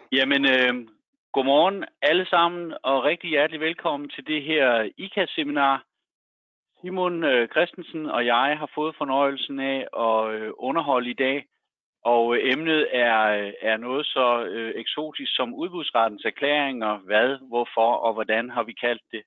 Jamen, godmorgen alle sammen, og rigtig hjertelig velkommen til det her IKAS-seminar. Simon Christensen og jeg har fået fornøjelsen af at underholde i dag, og emnet er noget så eksotisk som udbudsrettens erklæringer. Hvad, hvorfor og hvordan har vi kaldt det.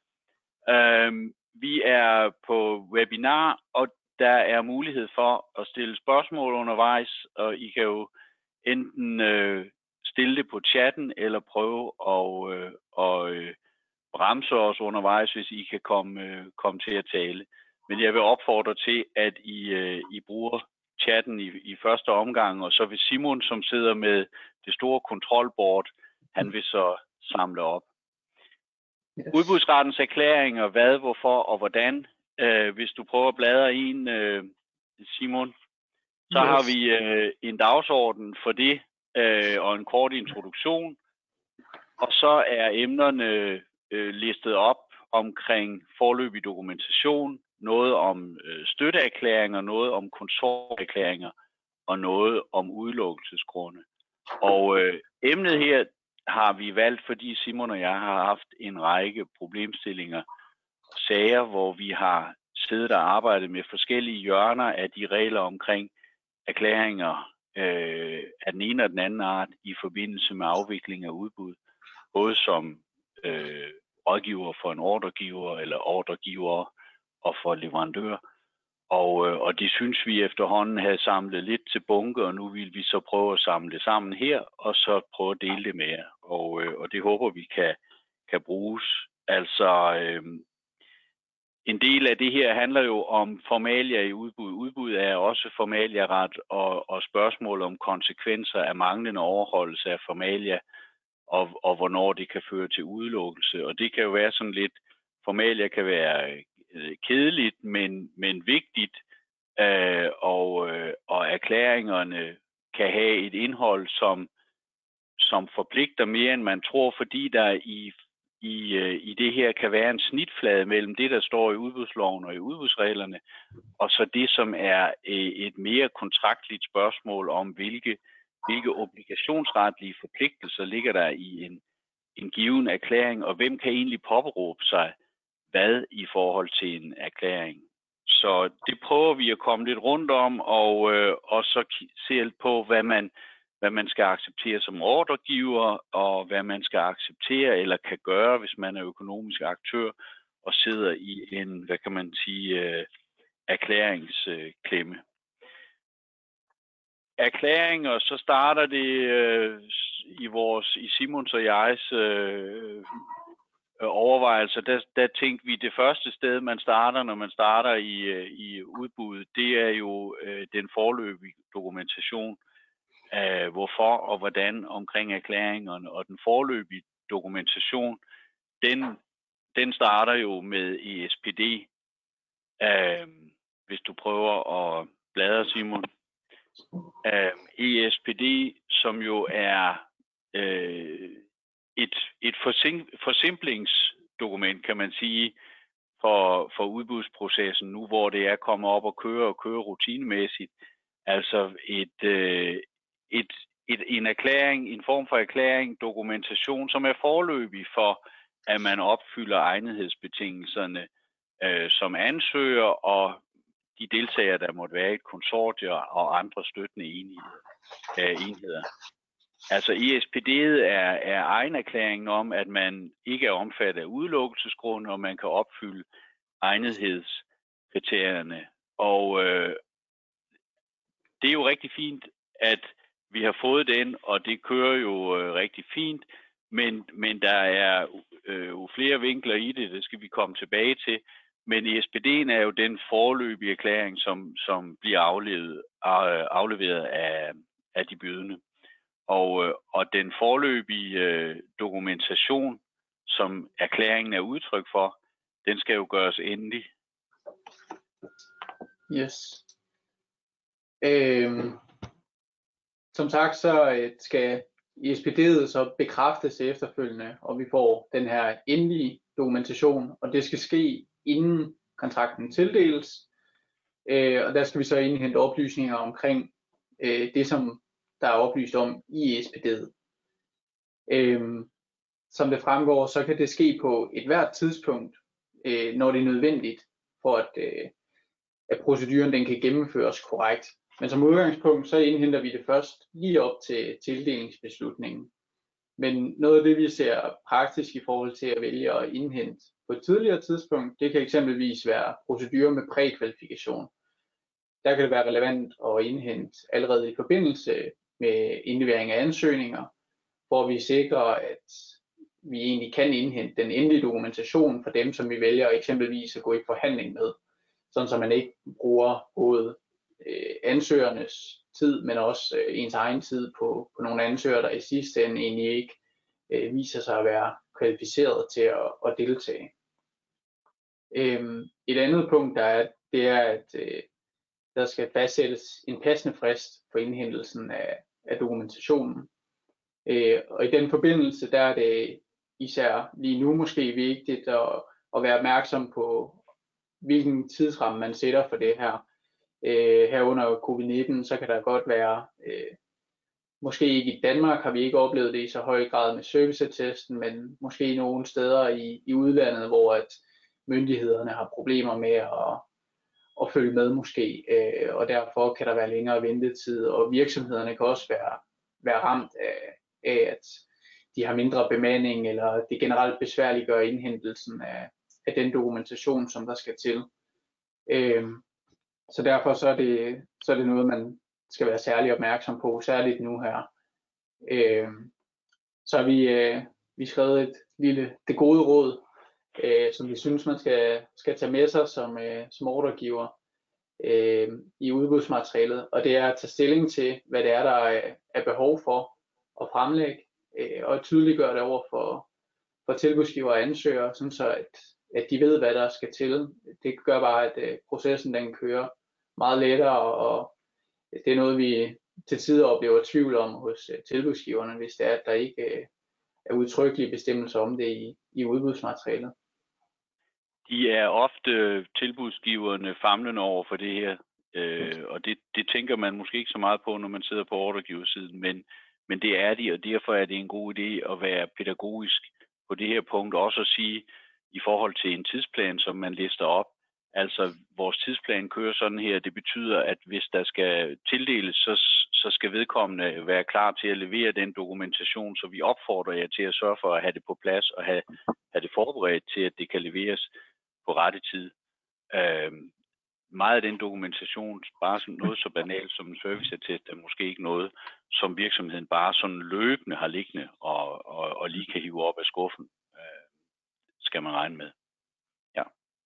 Vi er på webinar, og der er mulighed for at stille spørgsmål undervejs, og I kan jo enten stille det på chatten, eller prøve at bremse os undervejs, hvis I kan komme til at tale. Men jeg vil opfordre til, at I bruger chatten i første omgang, og så vil Simon, som sidder med det store kontrolbord, han vil så samle op. Yes. Udbudsrettens erklæringer, hvad, hvorfor og hvordan. Hvis du prøver at bladre en, Simon, så har vi en dagsorden for det, og en kort introduktion. Og så er emnerne listet op omkring foreløbig dokumentation, noget om støtteerklæringer, noget om konsortieerklæringer og noget om udelukkelsesgrunde. Og emnet her har vi valgt, fordi Simon og jeg har haft en række problemstillinger og sager, hvor vi har siddet og arbejdet med forskellige hjørner af de regler omkring erklæringer af den ene og den anden art i forbindelse med afvikling af udbud, både som rådgiver for en ordregiver eller ordregiver og for leverandør. Og det synes vi efterhånden havde samlet lidt til bunke, og nu vil vi så prøve at samle det sammen her, og så prøve at dele det med jer. Og det håber vi kan bruges. Altså, en del af det her handler jo om formalia i udbud. Udbud er også formaliaret og spørgsmål om konsekvenser af manglende overholdelse af formalia, og hvornår det kan føre til udelukkelse. Og det kan jo være sådan lidt, formalia kan være kedeligt, men vigtigt, og erklæringerne kan have et indhold, som forpligter mere, end man tror, fordi der i det her kan være en snitflade mellem det, der står i udbudsloven og i udbudsreglerne, og så det, som er et mere kontraktligt spørgsmål om, hvilke obligationsretlige forpligtelser ligger der i en given erklæring, og hvem kan egentlig påberåbe sig hvad i forhold til en erklæring. Så det prøver vi at komme lidt rundt om, og så se på, hvad man skal acceptere som ordregiver, og hvad man skal acceptere eller kan gøre, hvis man er økonomisk aktør og sidder i en, hvad kan man sige, erklæringsklemme. Erklæringer, så starter det i Simons og jegs overvejelser. Der tænkte vi, det første sted, man starter, når man starter i udbuddet, det er jo den foreløbige dokumentation. Hvorfor og hvordan omkring erklæringerne, og den foreløbige dokumentation, den starter jo med ESPD. Hvis du prøver at bladre, Simon. ESPD, som jo er et forsimplingsdokument, kan man sige, for udbudsprocessen nu, hvor det er kommet op og køre rutinemæssigt. Altså en erklæring, en form for erklæring, dokumentation, som er foreløbig for, at man opfylder egnethedsbetingelserne som ansøger, og de deltagere, der måtte være i et konsortium og andre støttende enheder. Altså ESPD'et er egenerklæringen om, at man ikke er omfattet af udelukkelsesgrunde, og man kan opfylde egnethedskriterierne. Og det er jo rigtig fint, at vi har fået den, og det kører jo rigtig fint, men der er jo flere vinkler i det skal vi komme tilbage til. Men ESPD'en er jo den foreløbige erklæring, som bliver afleveret af de bydende. Og den foreløbige dokumentation, som erklæringen er udtryk for, den skal jo gøres endelig. Yes. Som sagt, så skal ESPD'et så bekræftes efterfølgende, og vi får den her endelige dokumentation, og det skal ske inden kontrakten tildeles. Og der skal vi så indhente oplysninger omkring det, som der er oplyst om i ESPD'et. Som det fremgår, så kan det ske på et hvert tidspunkt, når det er nødvendigt, for at proceduren den kan gennemføres korrekt. Men som udgangspunkt, så indhenter vi det først lige op til tildelingsbeslutningen. Men noget af det, vi ser praktisk i forhold til at vælge at indhente på et tidligere tidspunkt, det kan eksempelvis være procedurer med prækvalifikation. Der kan det være relevant at indhente allerede i forbindelse med indlevering af ansøgninger, hvor vi sikrer, at vi egentlig kan indhente den endelige dokumentation for dem, som vi vælger eksempelvis at gå i forhandling med, sådan så man ikke bruger både ansøgernes tid, men også ens egen tid på nogle ansøgere, der i sidste ende egentlig ikke viser sig at være kvalificeret til at deltage. Et andet punkt, det er, at der skal fastsættes en passende frist for indhentelsen af dokumentationen. Og i den forbindelse, der er det især lige nu måske vigtigt at være opmærksom på, hvilken tidsramme man sætter for det her. Her under covid-19, så kan der godt være, måske ikke i Danmark har vi ikke oplevet det i så høj grad med serviceattesten, men måske nogle steder i udlandet, hvor at myndighederne har problemer med at følge med måske, og derfor kan der være længere ventetid, og virksomhederne kan også være ramt af at de har mindre bemanding, eller det generelt besværliggør indhentelsen af den dokumentation, som der skal til. Så derfor så er det noget, man skal være særlig opmærksom på, særligt nu her. Så har vi skrevet det gode råd, som vi synes, man skal tage med sig som ordregiver i udbudsmaterialet, og det er at tage stilling til, hvad det er, der er behov for at fremlægge, og tydeliggøre det over for tilbudsgiver og ansøgere, sådan så at de ved, hvad der skal til. Det gør bare, at processen den kører meget lettere, og det er noget, vi til tider oplever tvivl om hos tilbudsgiverne, hvis det er, at der ikke er udtrykkelige bestemmelser om det i udbudsmaterialet. De er ofte tilbudsgiverne famlende over for det her, og det tænker man måske ikke så meget på, når man sidder på ordregiversiden, men det er de, og derfor er det en god idé at være pædagogisk på det her punkt, også at sige i forhold til en tidsplan, som man lister op. Altså, vores tidsplan kører sådan her, det betyder, at hvis der skal tildeles, så skal vedkommende være klar til at levere den dokumentation, så vi opfordrer jer til at sørge for at have det på plads og have det forberedt til, at det kan leveres på rette tid. Meget af den dokumentation, bare sådan noget så banalt som en serviceattest, er måske ikke noget, som virksomheden bare sådan løbende har liggende og lige kan hive op af skuffen, skal man regne med. Ja.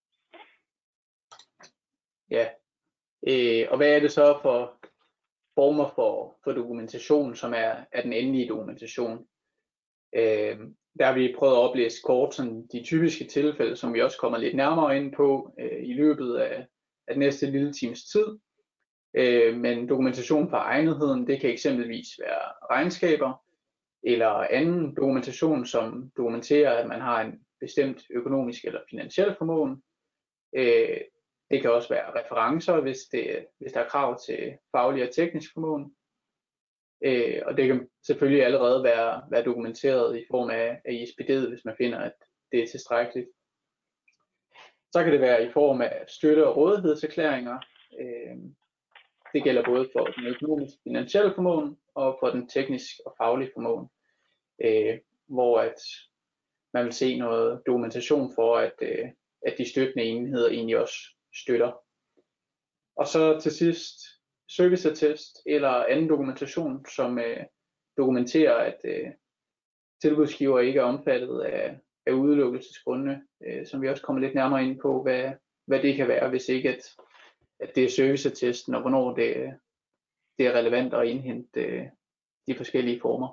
Ja, og hvad er det så for former for dokumentation, som er den endelige dokumentation? Der har vi prøvet at oplæse kort sådan de typiske tilfælde, som vi også kommer lidt nærmere ind på i løbet af den næste lille times tid. Men dokumentation for egnetheden, det kan eksempelvis være regnskaber, eller anden dokumentation, som dokumenterer, at man har en bestemt økonomisk eller finansiel formåen. Det kan også være referencer, hvis der er krav til faglig og teknisk formåen. Og det kan selvfølgelig allerede være dokumenteret i form af ISPD'et, hvis man finder, at det er tilstrækkeligt. Så kan det være i form af støtte- og rådighedserklæringer. Det gælder både for den økonomiske og finansielle formåen, og for den teknisk og faglige formåen, hvor at man vil se noget dokumentation for, at de støttende enheder egentlig også støtter. Og så til sidst serviceattest eller anden dokumentation, som dokumenterer, at tilbudsgiver ikke er omfattet af udelukkelsesgrundene, som vi også kommer lidt nærmere ind på, hvad det kan være, hvis ikke at det er serviceattesten, og hvornår det er relevant at indhente de forskellige former.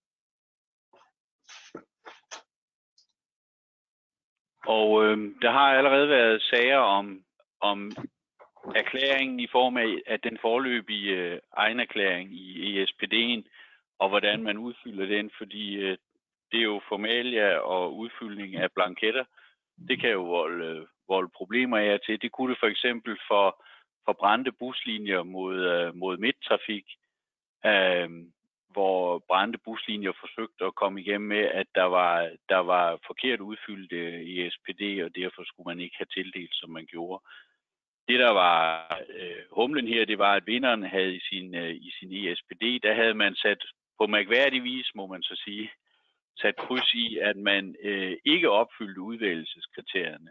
Og der har allerede været sager om erklæringen i form af den foreløbige egenerklæring i ESPD'en, og hvordan man udfylder den, fordi det er jo formalia og udfyldning af blanketter. Det kan jo volde problemer af til. Det kunne det for eksempel for brændte buslinjer mod midttrafik, hvor brændte buslinjer forsøgte at komme igennem med, at der var forkert udfyldt i SPD, og derfor skulle man ikke have tildelt, som man gjorde. Det, der var humlen her, det var, at vinderen havde i sin ESPD, der havde man sat på mærkværdig vis, må man så sige, sat kryds i, at man ikke opfyldte udvælgelseskriterierne.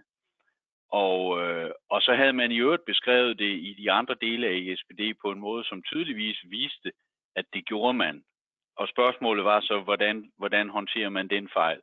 Og så havde man i øvrigt beskrevet det i de andre dele af ESPD på en måde, som tydeligvis viste, at det gjorde man. Og spørgsmålet var så, hvordan håndterer man den fejl?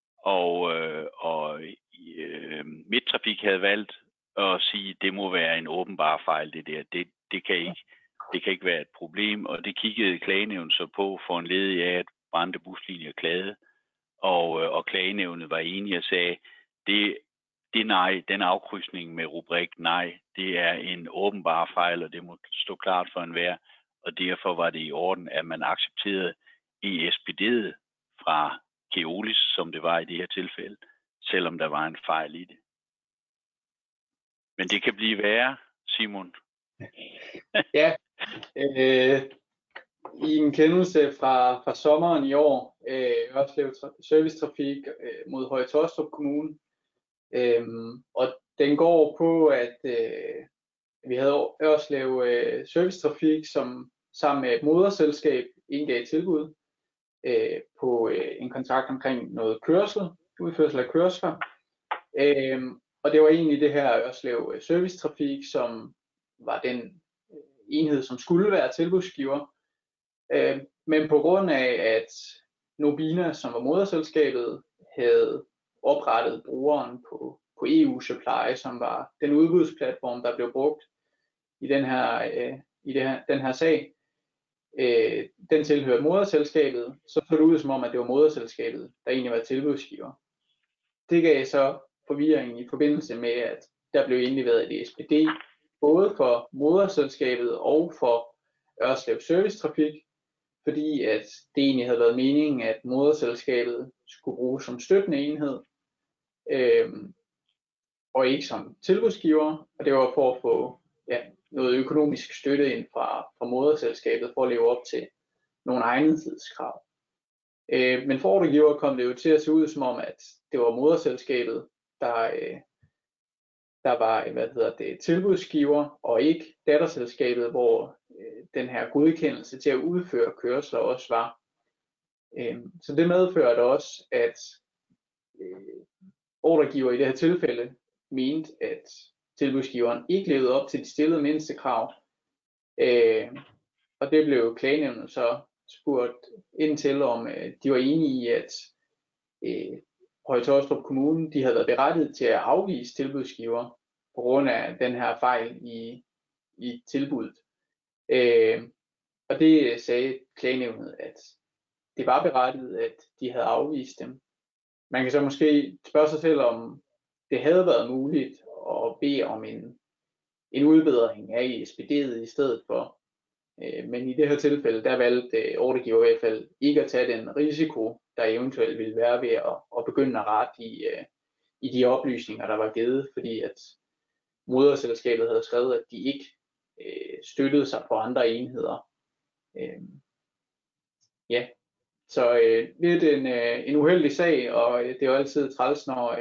Og Midttrafik havde valgt at sige, at det må være en åbenbar fejl, det der. Det kan ikke være et problem, og det kiggede klagenævnet så på for en led af, at brændte buslinjer klagede. Og klagenævnet var enige og sagde, det nej, den afkrydsning med rubrik nej, det er en åbenbar fejl, og det må stå klart for enhver. Og derfor var det i orden, at man accepterede ESPD'et fra Keolis, som det var i det her tilfælde, selvom der var en fejl i det. Men det kan blive værre, Simon. Ja, i en kendelse fra sommeren i år, Ørslev Servicetrafik mod Høje Taastrup Kommune, og den går på, at vi havde Ørslev Servicetrafik, som sammen med et moderselskab indgav tilbud på en kontrakt omkring noget kørsel, udførsel af kørsler. Og det var egentlig det her Ørslev Servicetrafik, som var den enhed, som skulle være tilbudsgiver. Men på grund af, at Nobina, som var moderselskabet, havde oprettet brugeren på EU Supply, som var den udbudsplatform, der blev brugt i den her sag, den tilhørte moderselskabet, så så det ud som om, at det var moderselskabet, der egentlig var tilbudsgiver. Det gav så forvirring i forbindelse med, at der blev indleveret et SPD, både for moderselskabet og for Ørslev Servicetrafik, fordi at det egentlig havde været meningen, at moderselskabet skulle bruges som støttende enhed, og ikke som tilbudsgiver, og det var for at få noget økonomisk støtte ind fra moderselskabet for at leve op til nogle egnethedskrav. Men for ordregiver kom det jo til at se ud som om, at det var moderselskabet, der var tilbudsgiver, og ikke datterselskabet, hvor den her godkendelse til at udføre kørsler også var. Så det medførte også, at ordregiver i det her tilfælde mente, at tilbudsgiveren ikke levede op til de stillede mindstekrav. Og det blev klagenævnet så spurgt ind til, om de var enige i, at Høje Taastrup Kommune, de havde været berettiget til at afvise tilbudsgiver på grund af den her fejl i tilbuddet. Og det sagde klagenævnet, at det var berettiget, at de havde afvist dem. Man kan så måske spørge sig selv, om det havde været muligt at bede om en udbedring af ESPD'et i stedet for. Men i det her tilfælde, der valgte ordregiver i hvert fald ikke at tage den risiko, der eventuelt ville være ved at begynde at rette i de oplysninger, der var givet, fordi at moderselskabet havde skrevet, at de ikke støttede sig på andre enheder. Så lidt en uheldig sag, og det er jo altid træls, når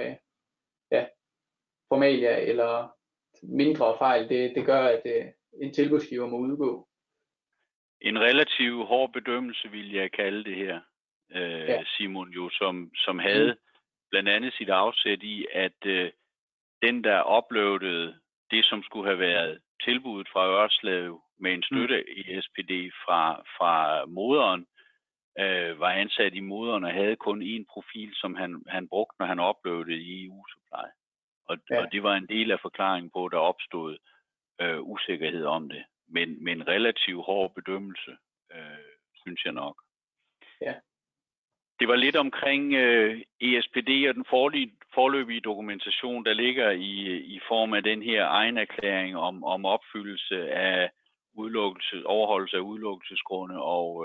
formalia eller mindre fejl, det gør, at en tilbudsgiver må udgå. En relativt hård bedømmelse, vil jeg kalde det her, Simon, jo, som havde blandt andet sit afsæt i, at den, der uploadede det, som skulle have været tilbuddet fra Ørslev med en støtte i SPD fra moderen, var ansat i moderen og havde kun én profil, som han brugte, når han uploadede i EU Supply. Og det var en del af forklaringen på, at der opstod usikkerhed om det. Men en relativt hård bedømmelse, synes jeg nok. Ja. Det var lidt omkring ESPD og den foreløbige dokumentation, der ligger i form af den her egenerklæring om opfyldelse af overholdelse af udelukkelsesgrunde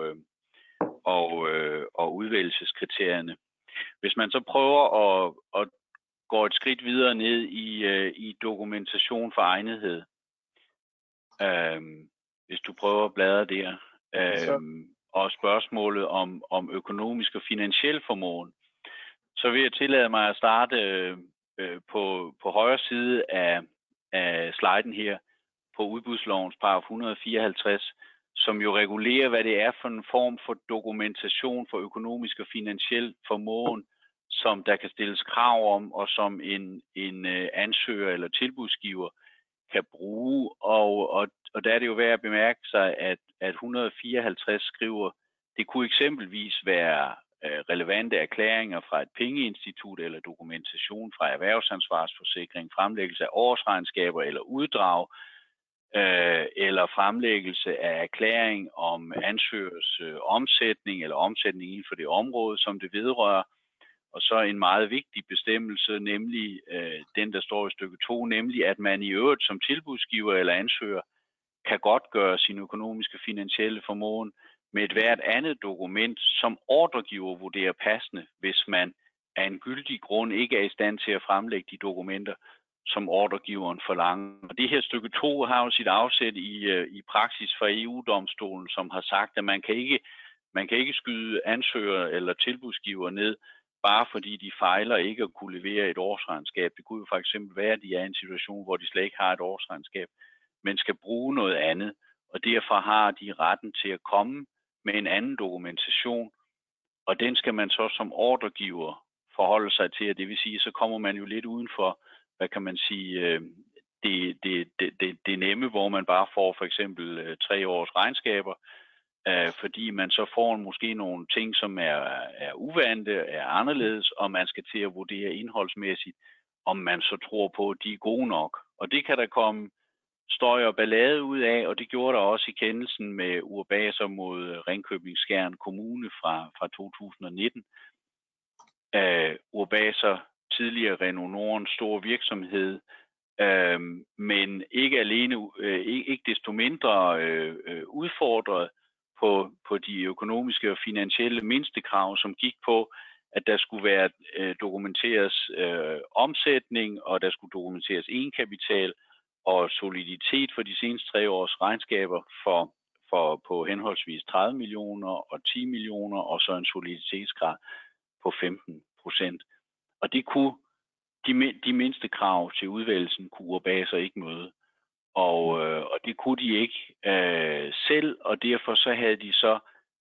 og udvælgelseskriterierne. Hvis man så prøver at gå et skridt videre ned i dokumentation for egnethed, hvis du prøver at bladre der, og spørgsmålet om økonomisk og finansiel formåen, så vil jeg tillade mig at starte på højre side af sliden her på udbudslovens paragraf 154, som jo regulerer, hvad det er for en form for dokumentation for økonomisk og finansiel formåen, som der kan stilles krav om, og som en ansøger eller tilbudsgiver kan bruge. Og der er det jo værd at bemærke sig, at 154 skriver, det kunne eksempelvis være relevante erklæringer fra et pengeinstitut eller dokumentation fra erhvervsansvarsforsikring, fremlæggelse af årsregnskaber eller uddrag, eller fremlæggelse af erklæring om ansøgers omsætning eller omsætning inden for det område, som det vedrører. Og så en meget vigtig bestemmelse, nemlig den, der står i stykke 2, nemlig at man i øvrigt som tilbudsgiver eller ansøger kan godtgøre sin økonomiske finansielle formåen med et hvert andet dokument, som ordregiver vurderer passende, hvis man af en gyldig grund ikke er i stand til at fremlægge de dokumenter, som ordregiveren forlanger. Og det her stykke 2 har jo sit afsæt i praksis fra EU-domstolen, som har sagt, at man kan ikke skyde ansøger eller tilbudsgiver ned, bare fordi de fejler ikke at kunne levere et årsregnskab. Det kunne jo for eksempel være, at de er i en situation, hvor de slet ikke har et årsregnskab, men skal bruge noget andet. Og derfor har de retten til at komme med en anden dokumentation, og den skal man så som ordregiver forholde sig til. Og det vil sige, så kommer man jo lidt uden for, hvad kan man sige, det nemme, hvor man bare får for eksempel 3 års regnskaber, fordi man så får måske nogle ting, som er uvante, er anderledes, og man skal til at vurdere indholdsmæssigt, om man så tror på, at de er gode nok. Og det kan der komme støj og ballade ud af, og det gjorde der også i kendelsen med Urbaser mod Ringkøbing-Skjern Kommune fra 2019. Urbaser, tidligere Renault Nordens store virksomhed, men ikke desto mindre udfordret på de økonomiske og finansielle mindstekrav, som gik på, at der skulle være dokumenteres omsætning, og der skulle dokumenteres egenkapital og soliditet for de seneste 3 års regnskaber på henholdsvis 30 millioner og 10 millioner, og så en soliditetsgrad på 15%. Og det kunne de mindste krav til udvælgelsen kunne Urbaser ikke møde. Og det kunne de ikke selv, og derfor så havde de så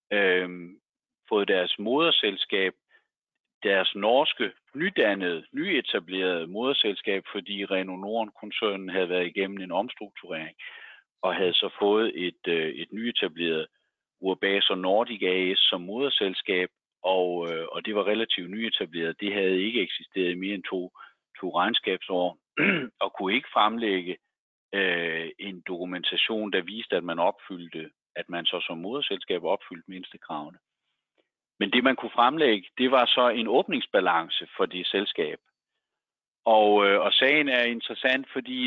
fået deres moderselskab, deres norske, nyetablerede moderselskab, fordi Renault Norden-koncernen havde været igennem en omstrukturering, og havde så fået et nyetableret Urbaser Nordic AS som moderselskab, og det var relativt nyetableret. Det havde ikke eksisteret i mere end to regnskabsår, og kunne ikke fremlægge en dokumentation, der viste, at man så som moderselskab opfyldte mindstekravene. Men det, man kunne fremlægge, det var så en åbningsbalance for det selskab. Og sagen er interessant, fordi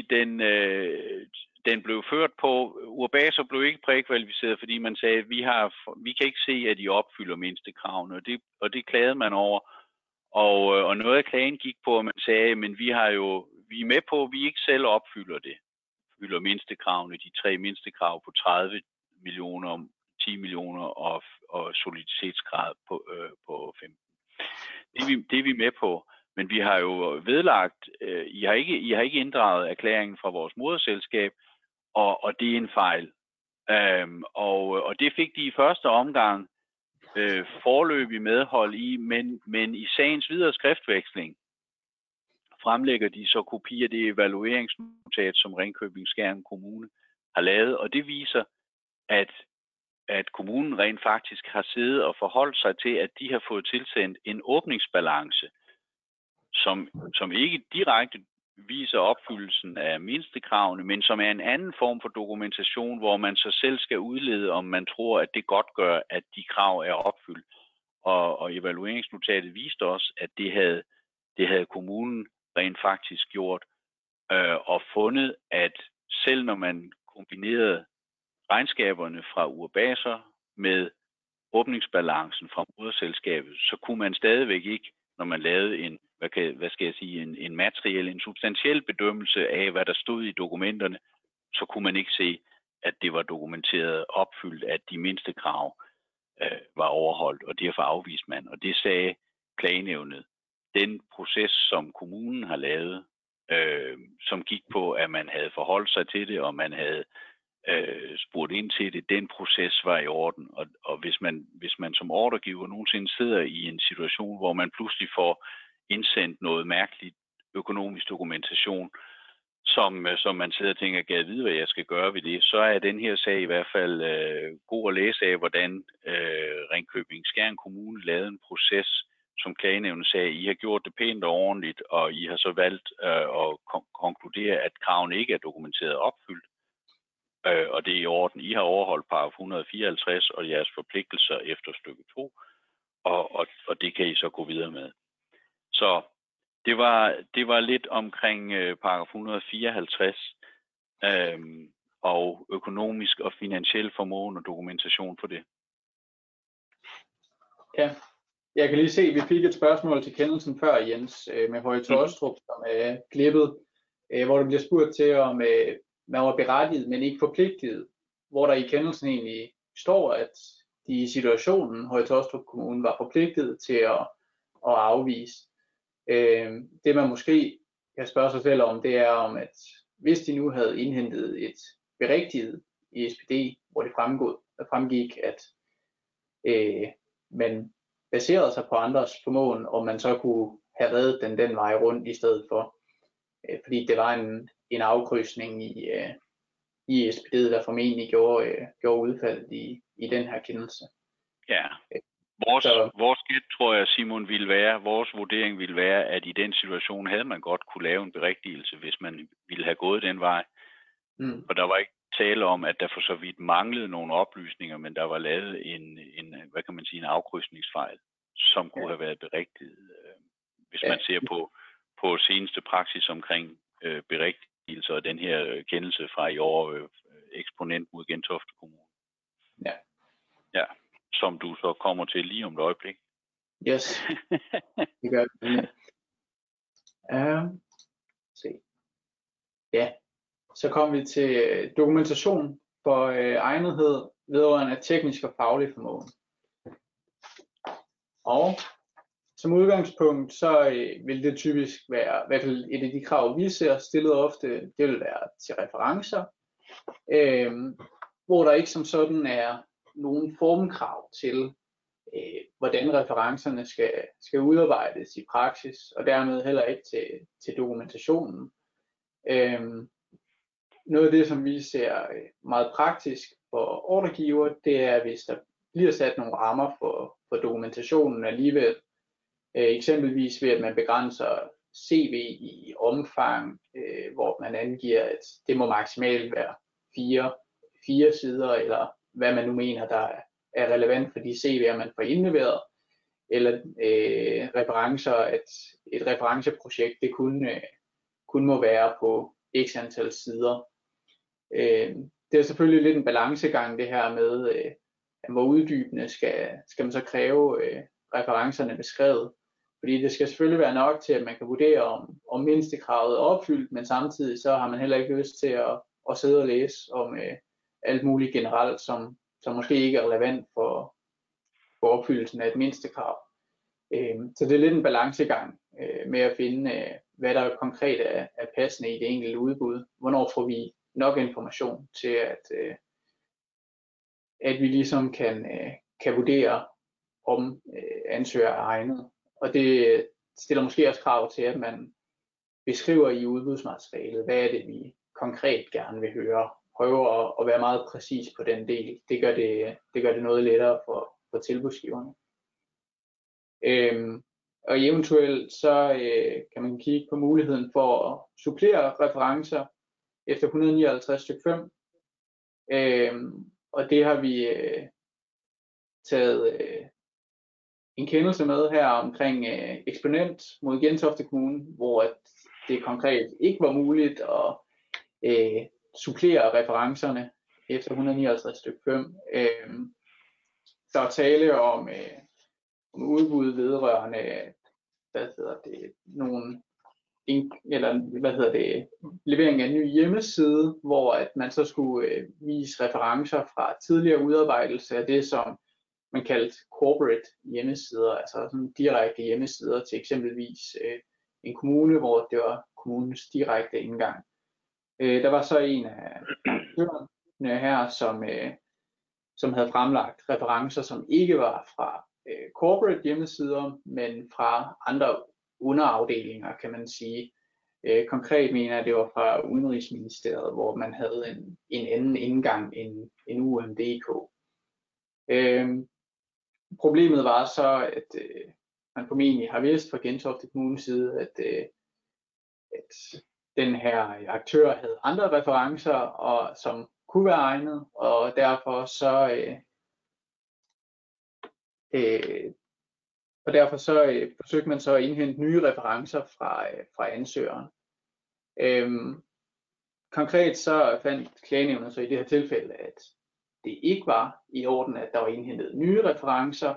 den blev ført på, Urbaser blev ikke prækvalificeret, fordi man sagde, at vi kan ikke se, at de opfylder mindstekravene, og det klagede man over. Og noget af klagen gik på, at man sagde, men vi er med på, at vi ikke selv opfylder det. Fylder mindstekravene, de 3 mindstekrav på 30 millioner, 10 millioner og soliditetsgrad på 15. Det er vi med på, men vi har jo vedlagt, I har ikke inddraget erklæringen fra vores moderselskab, og det er en fejl. Og det fik de i første omgang foreløbig medhold i, men i sagens videre skriftveksling fremlægger de så kopi af det evalueringsnotat, som Ringkøbing-Skjern Kommune har lavet, og det viser, at kommunen rent faktisk har siddet og forholdt sig til, at de har fået tilsendt en åbningsbalance, som ikke direkte viser opfyldelsen af mindstekravene, men som er en anden form for dokumentation, hvor man så selv skal udlede, om man tror, at det godt gør, at de krav er opfyldt. Og evalueringsnotatet viste også, at det havde kommunen rent faktisk gjort, og fundet, at selv når man kombinerede regnskaberne fra Urbaser med åbningsbalancen fra moderselskabet, så kunne man stadigvæk ikke, når man lavede en substantiel bedømmelse af, hvad der stod i dokumenterne, så kunne man ikke se, at det var dokumenteret opfyldt af de mindste krav. var overholdt, og derfor afviste man. Og det sagde klagenævnet. Den proces, som kommunen har lavet, som gik på, at man havde forholdt sig til det, og man havde spurgt ind til det, den proces var i orden. Og hvis man som ordregiver nogensinde sidder i en situation, hvor man pludselig får indsendt noget mærkeligt økonomisk dokumentation, som man sidder og tænker, gad vide, hvad jeg skal gøre ved det, så er den her sag i hvert fald god at læse af, hvordan Ringkøbing-Skjern Kommune lavede en proces, som klagenævnet sagde, I har gjort det pænt og ordentligt, og I har så valgt at konkludere, at kravene ikke er dokumenteret opfyldt, og det er i orden. I har overholdt paragraf 154 og jeres forpligtelser efter stykke 2, og det kan I så gå videre med. Så det var lidt omkring paragraf 154 og økonomisk og finansiel formåen og dokumentation for det. Ja, jeg kan lige se, at vi fik et spørgsmål til kendelsen før, Jens, med Høje Taastrup, som er klippet, hvor der bliver spurgt til, om man var berettiget, men ikke forpligtet, hvor der i kendelsen egentlig står, at de i situationen, Høje Taastrup Kommune, var forpligtet til at afvise. Det man måske kan spørge sig selv om, det er om, at hvis de nu havde indhentet et berigtiget i SPD, hvor det fremgik, at man baserede sig på andres formåen, og man så kunne have reddet den vej rundt i stedet for. Fordi det var en afkrydsning i SPD, der formentlig gjorde udfaldet i den her kendelse. Ja. Vores gæt, tror jeg, Simon, vores vurdering ville være, at i den situation havde man godt kunne lave en berigtigelse, hvis man ville have gået den vej. Og der var ikke tale om, at der for så vidt manglede nogle oplysninger, men der var lavet en afkrydsningsfejl, som kunne have været berigtiget. Hvis man ser på seneste praksis omkring berigtigelse og den her kendelse fra i år, eksponent mod Gentofte Kommune. Ja. Som du så kommer til lige om et øjeblik. Yes, det gør det. Ja, så kommer vi til dokumentation for egnethed vedrørende teknisk og faglig formåen. Og som udgangspunkt, så vil det typisk være, i hvert fald et af de krav, vi ser stillet ofte, det vil være til referencer, hvor der ikke som sådan er nogen formkrav til, hvordan referencerne skal udarbejdes i praksis, og dermed heller ikke til dokumentationen. Noget af det, som vi ser meget praktisk for ordregiver, det er, hvis der bliver sat nogle rammer for dokumentationen alligevel. Eksempelvis ved, at man begrænser CV i omfang, hvor man angiver, at det må maksimalt være fire sider, eller hvad man nu mener, der er relevant for de CV'er, man får indleveret, eller referencer, at et referenceprojekt, det kun må være på x antal sider. Det er selvfølgelig lidt en balancegang, det her med, hvor uddybende skal man så kræve referencerne beskrevet. Fordi det skal selvfølgelig være nok til, at man kan vurdere, om mindstekravet er opfyldt, men samtidig så har man heller ikke lyst til at sidde og læse om alt muligt generelt, som måske ikke er relevant for opfyldelsen af et mindstekrav. Så det er lidt en balancegang med at finde, hvad der konkret er passende i det enkelte udbud. Hvornår får vi nok information til, at vi ligesom kan vurdere, om ansøger er egnet. Og det stiller måske også krav til, at man beskriver i udbudsmaterialet, hvad er det, vi konkret gerne vil høre. Prøver at være meget præcis på den del. Det gør det noget lettere for tilbudsgiverne. Og eventuelt så kan man kigge på muligheden for at supplere referencer efter 159 stykke 5. Og det har vi taget en kendelse med her omkring eksponent mod Gentofte Kommune, hvor det konkret ikke var muligt at supplere referencerne efter 159 stykke 5. Der er tale om udbud vedrørende levering af en ny hjemmeside, hvor at man så skulle vise referencer fra tidligere udarbejdelse af det, som man kaldte corporate hjemmesider, altså sådan direkte hjemmesider til eksempelvis en kommune, hvor det var kommunens direkte indgang. Der var så en af aktørerne her, som havde fremlagt referencer, som ikke var fra corporate hjemmesider, men fra andre underafdelinger, kan man sige. Konkret mener jeg, det var fra Udenrigsministeriet, hvor man havde en anden indgang end UMDK. Problemet var så, at man formentlig har vidst fra Gentofte Kommunes side, at den her aktør havde andre referencer, og som kunne være egnet, og derfor så forsøgte man så at indhente nye referencer fra ansøgeren. Konkret så fandt klagenævnet så i det her tilfælde, at det ikke var i orden, at der var indhentet nye referencer,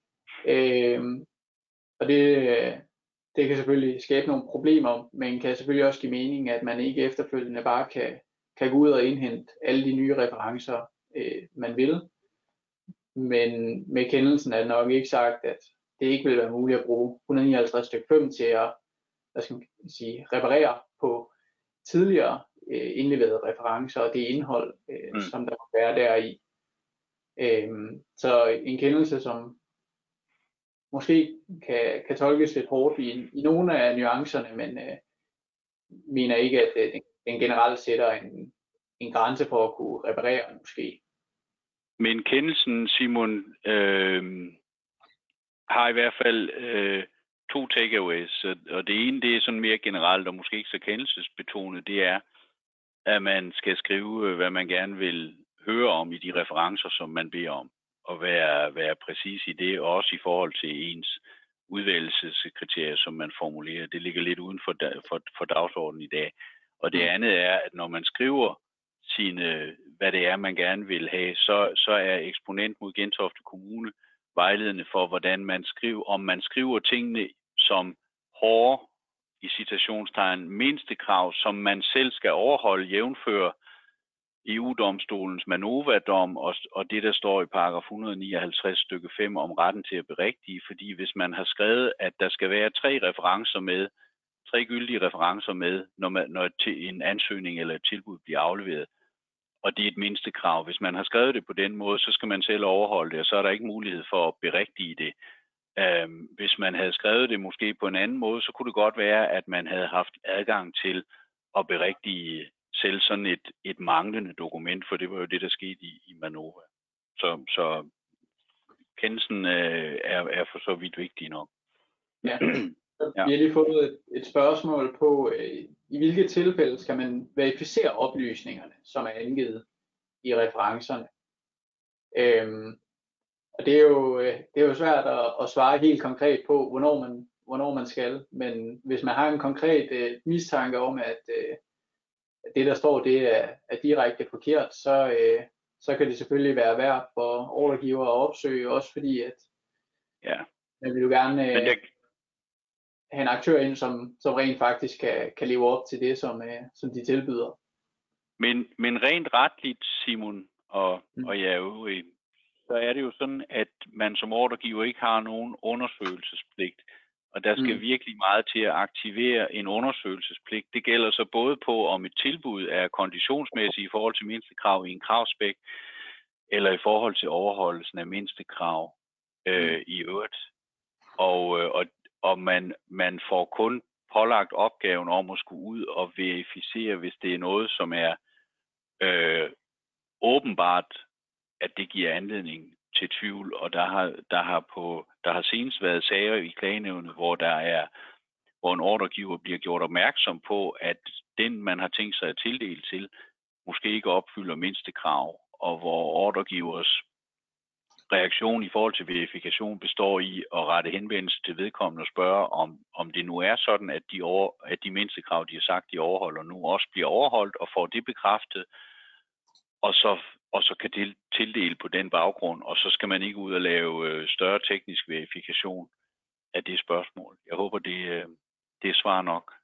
og det kan selvfølgelig skabe nogle problemer, men kan selvfølgelig også give mening, at man ikke efterfølgende bare kan gå ud og indhente alle de nye referencer, man vil. Men med kendelsen er det nok ikke sagt, at det ikke vil være muligt at bruge 159 stykke 5 til at reparere på tidligere indleverede referencer og det indhold, som der må være deri. Så en kendelse, som måske kan tolkes lidt hårdt i nogle af nuancerne, men mener ikke, at den generelt sætter en grænse for at kunne reparere måske. Men kendelsen, Simon, har i hvert fald 2 takeaways, og det ene, det er sådan mere generelt og måske ikke så kendelsesbetonet, det er, at man skal skrive, hvad man gerne vil høre om i de referencer, som man beder om, og være præcis i det, og også i forhold til ens udvælgelseskriterier, som man formulerer. Det ligger lidt uden for dagsordenen i dag. Og det andet er, at når man skriver hvad det er, man gerne vil have, så er eksponent mod Gentofte Kommune vejledende for, hvordan man skriver, om man skriver tingene som hårde, i citationstegn, mindstekrav, som man selv skal overholde, jævnfør EU-domstolens Manova-dom og det, der står i paragraf 159 stykke 5 om retten til at berigtige, fordi hvis man har skrevet, at der skal være 3 gyldige referencer med, når en ansøgning eller et tilbud bliver afleveret, og det er et mindstekrav. Hvis man har skrevet det på den måde, så skal man selv overholde det, og så er der ikke mulighed for at berigtige det. Hvis man havde skrevet det måske på en anden måde, så kunne det godt være, at man havde haft adgang til at berigtige selv sådan et manglende dokument, for det var jo det, der skete i Manova. Så kendelsen er for så vidt vigtig nok. Ja. Vi har lige fået et spørgsmål på, i hvilke tilfælde skal man verificere oplysningerne, som er angivet i referencerne. Og det er jo svært at svare helt konkret på, hvornår man skal, men hvis man har en konkret mistanke om, at det der står, det er direkte forkert, så kan det selvfølgelig være værd for ordregiver at opsøge, også fordi at man vil jo gerne have en aktør ind, som rent faktisk kan leve op til det, som de tilbyder. Men rent retligt, Simon og jeg øvrige, så er det jo sådan, at man som ordregiver ikke har nogen undersøgelsespligt. Og der skal virkelig meget til at aktivere en undersøgelsespligt. Det gælder så både på, om et tilbud er konditionsmæssigt i forhold til mindstekrav i en kravspæk, eller i forhold til overholdelsen af mindstekrav i øvrigt. Og man får kun pålagt opgaven om at skulle ud og verificere, hvis det er noget, som er åbenbart, at det giver anledning til tvivl, og der har senest været sager i klagenævnet, hvor en ordregiver bliver gjort opmærksom på, at den, man har tænkt sig at tildele til, måske ikke opfylder mindstekrav, og hvor ordregivers reaktion i forhold til verifikation består i at rette henvendelse til vedkommende og spørge, om det nu er sådan, at de mindstekrav, de har sagt, de overholder, nu også bliver overholdt, og får det bekræftet, og så kan tildele på den baggrund, og så skal man ikke ud og lave større teknisk verifikation af det spørgsmål. Jeg håber, det er svar nok.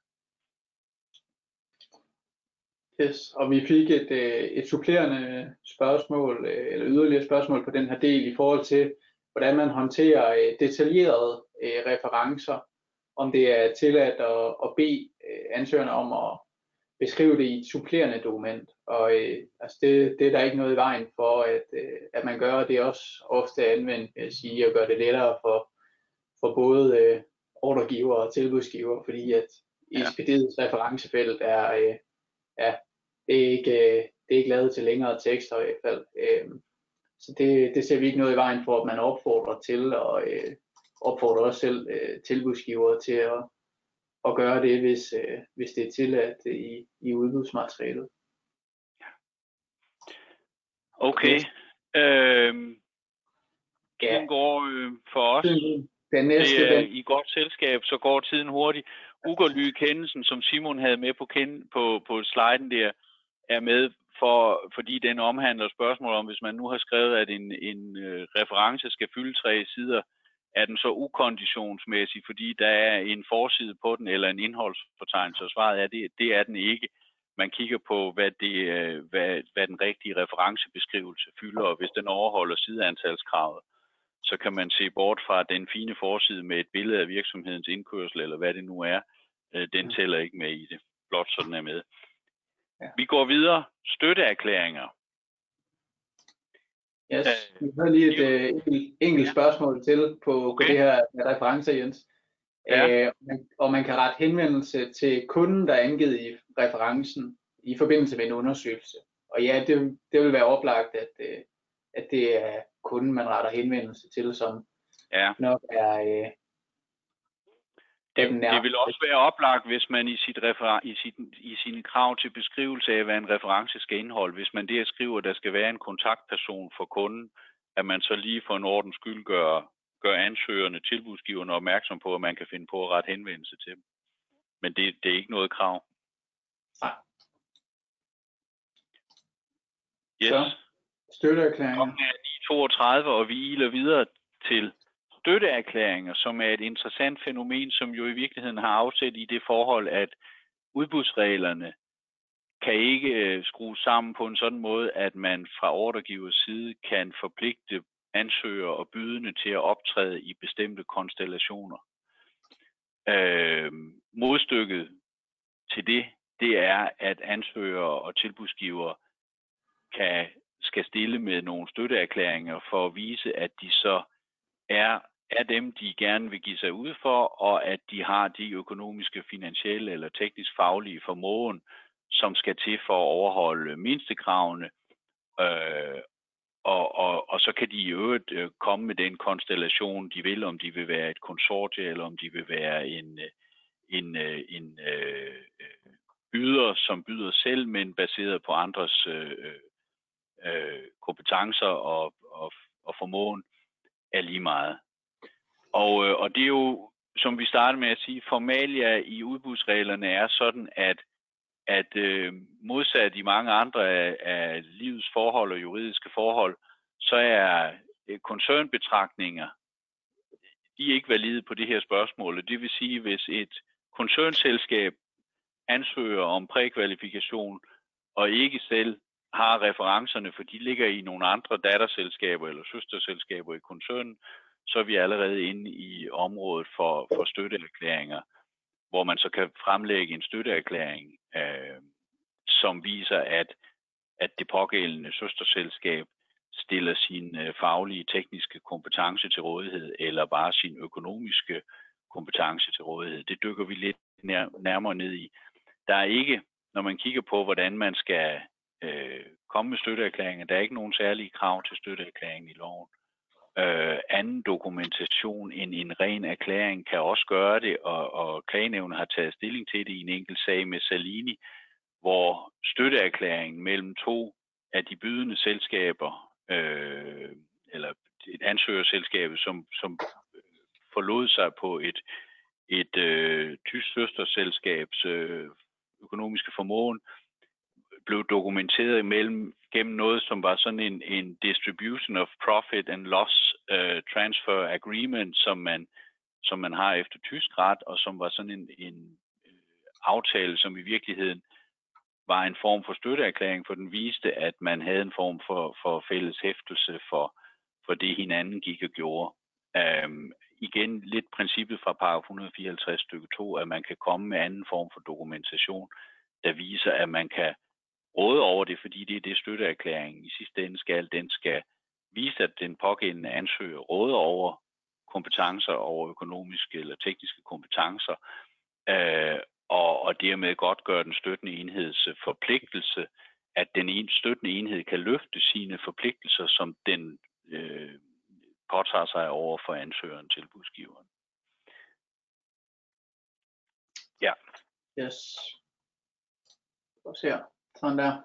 Yes, og vi fik et supplerende spørgsmål, eller yderligere spørgsmål på den her del i forhold til, hvordan man håndterer detaljerede referencer, om det er tilladt at bede ansøgerne om at beskrive det i et supplerende dokument. Og altså det er der ikke noget i vejen for, at man gør, det er også ofte anvendt, vil jeg sige, at gøre det lettere for både ordregiver og tilbudsgiver, fordi at ESPD's referencefelt det er ikke lavet til længere tekster i hvert fald. Så det ser vi ikke noget i vejen for, at man opfordrer til, og opfordrer også selv tilbudsgiver til at gøre det, hvis det er tilladt i udbudsmaterialet. Okay. Tiden går for os. Den næste, I godt selskab, så går tiden hurtigt. Ugerly kendelsen, som Simon havde med på sliden der, er med, fordi den omhandler spørgsmål om, hvis man nu har skrevet, at en reference skal fylde 3 sider, er den så ukonditionsmæssig, fordi der er en forside på den, eller en indholdsfortegnelse, og svaret er, det er den ikke. Man kigger på, hvad den rigtige referencebeskrivelse fylder, og hvis den overholder sideantalskravet, så kan man se bort fra den fine forside med et billede af virksomhedens indkørsel, eller hvad det nu er. Den tæller ikke med i det, blot sådan er med. Ja. Vi går videre. Støtteerklæringer. Yes. Vi har lige et enkelt spørgsmål til på det her med referencer, Jens. Ja. Og man kan rette henvendelse til kunden, der er angivet i referencen i forbindelse med en undersøgelse. Og ja, det vil være oplagt, at det er kunden, man retter henvendelse til, som nok er... Det vil også være oplagt, hvis man i sine krav til beskrivelse af, hvad en reference skal indeholde, hvis man der skriver, at der skal være en kontaktperson for kunden, at man så lige for en ordens skyld gør ansøgerne, tilbudsgiverne opmærksom på, at man kan finde på at rette henvendelse til dem. Men det er ikke noget krav. Nej. Yes. Så, støtteerklæringer. Klokken er 9:32, og vi iler videre til støtteerklæringer, som er et interessant fænomen, som jo i virkeligheden har afsæt i det forhold, at udbudsreglerne kan ikke skrues sammen på en sådan måde, at man fra ordregivers side kan forpligte ansøgere og bydende til at optræde i bestemte konstellationer. Modstykket til det er, at ansøgere og tilbudsgivere skal stille med nogle støtteerklæringer for at vise, at de så er dem, de gerne vil give sig ud for, og at de har de økonomiske, finansielle eller teknisk faglige formåen, som skal til for at overholde mindstekravene. Og så kan de i øvrigt komme med den konstellation, de vil, om de vil være et konsortie, eller om de vil være en byder, som byder selv, men baseret på andres kompetencer og formåen, er lige meget. Og det er jo, som vi startede med at sige, formalia i udbudsreglerne er sådan, at modsat i mange andre af livets forhold og juridiske forhold, så er koncernbetragtninger, de er ikke valide på det her spørgsmål. Det vil sige, hvis et koncernselskab ansøger om prækvalifikation og ikke selv har referencerne, for de ligger i nogle andre datterselskaber eller søsterselskaber i koncernen, så er vi allerede inde i området for støtteerklæringer, hvor man så kan fremlægge en støtteerklæring, som viser, at det pågældende søsterselskab stiller sin faglige, tekniske kompetence til rådighed, eller bare sin økonomiske kompetence til rådighed. Det dykker vi lidt nærmere ned i. Der er ikke, når man kigger på, hvordan man skal komme med støtteerklæringer, der er ikke nogen særlige krav til støtteerklæringen i loven. Anden dokumentation end en ren erklæring kan også gøre det, og klagenævnet har taget stilling til det i en enkelt sag med Salini, hvor støtteerklæringen mellem 2 af de bydende selskaber, eller et ansøgerselskab, som forlod sig på et tysk søsterselskabs økonomiske formåen, blev dokumenteret gennem noget, som var sådan en distribution of profit and loss transfer agreement, som man har efter tysk ret, og som var sådan en aftale, som i virkeligheden var en form for støtteerklæring, for den viste, at man havde en form for fælles hæftelse for for det hinanden gik og gjorde. Igen lidt princippet fra paragraf 154 stykke 2, at man kan komme med anden form for dokumentation, der viser, at man kan råde over det, fordi det er det støtteerklæringen i sidste ende skal. Den skal vise, at den pågældende ansøger råder over kompetencer, over økonomiske eller tekniske kompetencer, og dermed godt gøre den støttende enheds forpligtelse, at den støttende enhed kan løfte sine forpligtelser, som den påtager sig over for ansøgeren, tilbudsgiveren. Ja. Yes. Og her. Sådan der.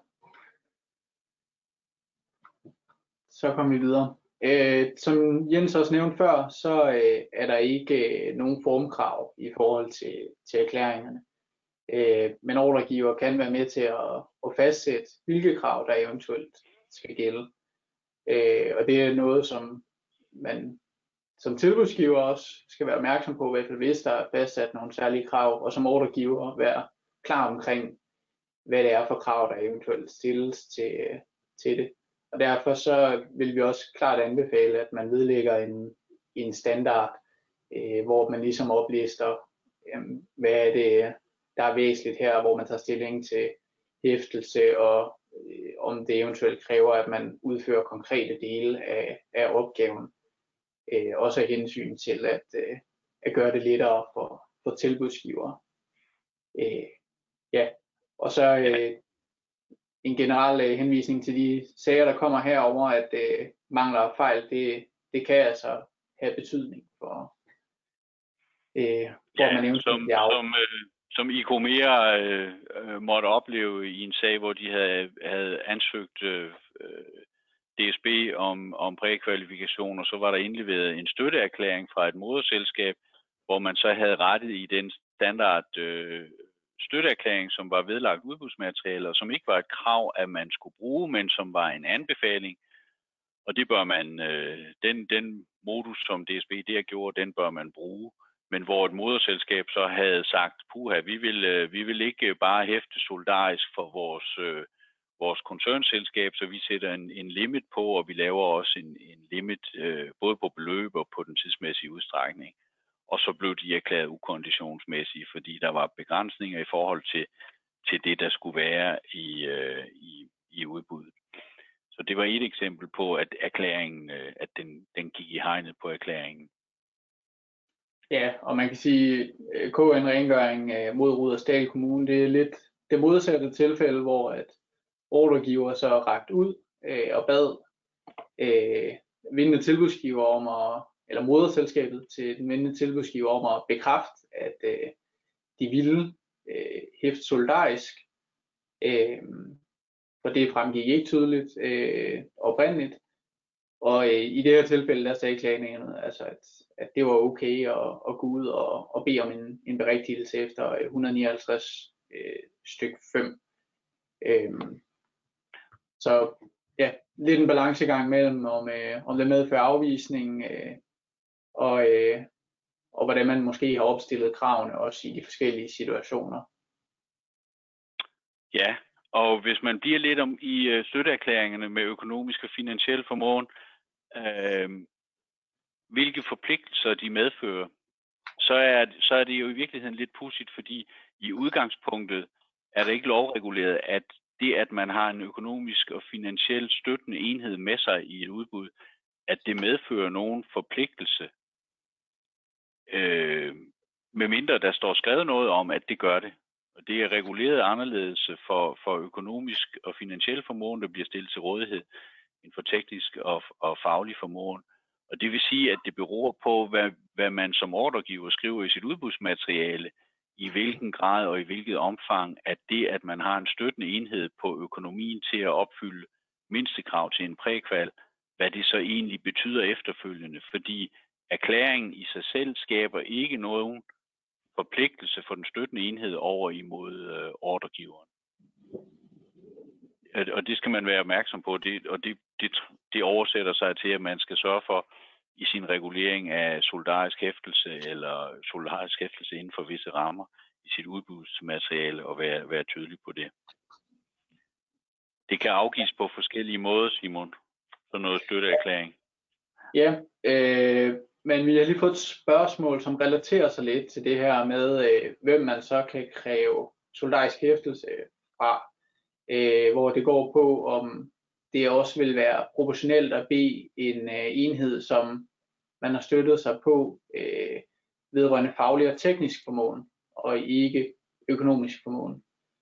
Så kommer vi videre. Som Jens også nævnte før, så er der ikke nogen formkrav i forhold til erklæringerne. Men ordregiver kan være med til at fastsætte, hvilke krav der eventuelt skal gælde. Og det er noget, som man som tilbudsgiver også skal være opmærksom på, i hvert fald hvis der er fastsat nogle særlige krav, og som ordregiver være klar omkring, hvad det er for krav, der eventuelt stilles til det. Og derfor så vil vi også klart anbefale, at man vedlægger en standard, hvor man ligesom oplister, hvad er det, der er væsentligt her, hvor man tager stilling til hæftelse, og om det eventuelt kræver, at man udfører konkrete dele af opgaven. Også af hensyn til at gøre det lettere for tilbudsgivere. Ja, og så en generel henvisning til de sager, der kommer herover, at mangler og fejl, det kan altså have betydning for, hvor man eventuelt som ICOMEA måtte opleve i en sag, hvor de havde ansøgt DSB om prækvalifikation, og så var der indleveret en støtteerklæring fra et moderselskab, hvor man så havde rettet i den standard støtteerklæring, som var vedlagt udbudsmateriale, og som ikke var et krav, at man skulle bruge, men som var en anbefaling. Og det bør man, den modus, som DSB der gjorde, den bør man bruge. Men hvor et moderselskab så havde sagt, puha, vi vil ikke bare hæfte solidarisk for vores koncernselskab, så vi sætter en limit på, og vi laver også en limit både på beløb og på den tidsmæssige udstrækning. Og så blev de erklæret ukonditionsmæssige, fordi der var begrænsninger i forhold til det, der skulle være i udbuddet. Så det var et eksempel på, at erklæringen, at den gik i hegnet på erklæringen. Ja, og man kan sige, KN Rengøring mod Rudersdal Kommune, det er lidt det modsatte tilfælde, hvor at ordregiver så rakt ud og bad vindende tilbudsgiver om eller moderselskabet til den vindende tilbudsgiver om at bekræfte, at de ville hæfte solidarisk. For det fremgik ikke tydeligt oprindeligt. Og i det her tilfælde, der sagde klagenævnet, altså at det var okay at gå ud og bede om en berigtigelse efter 159 stykke 5. Så ja, lidt en balancegang mellem om det medfører afvisning, og hvordan man måske har opstillet kravene også i de forskellige situationer. Ja, og hvis man bliver lidt om i støtteerklæringerne med økonomisk og finansiel formåen, hvilke forpligtelser de medfører, så er det jo i virkeligheden lidt pudsigt, fordi i udgangspunktet er det ikke lovreguleret, at det, at man har en økonomisk og finansielt støttende enhed med sig i et udbud, at det medfører nogen forpligtelse, medmindre der står skrevet noget om, at det gør det. Og det er reguleret anderledes for økonomisk og finansiel formåen, der bliver stillet til rådighed, end for teknisk og faglig formåen. Og det vil sige, at det beror på, hvad man som ordregiver skriver i sit udbudsmateriale, i hvilken grad og i hvilket omfang, at det, at man har en støttende enhed på økonomien til at opfylde mindstekrav til en prækval, hvad det så egentlig betyder efterfølgende. Fordi erklæringen i sig selv skaber ikke nogen forpligtelse for den støttende enhed over imod ordregiveren. Og det skal man være opmærksom på, det oversætter sig til, at man skal sørge for i sin regulering af solidarisk hæftelse eller solidarisk hæftelse inden for visse rammer i sit udbudsmateriale og være tydelig på det. Det kan afgives på forskellige måder, Simon, sådan noget støtteerklæring. Ja, men vi har lige fået et spørgsmål, som relaterer sig lidt til det her med, hvem man så kan kræve solidarisk hæftelse fra, hvor det går på, om det også vil være proportionelt at bede en enhed, som man har støttet sig på, vedrørende faglig og teknisk formåen, og ikke økonomisk formåen.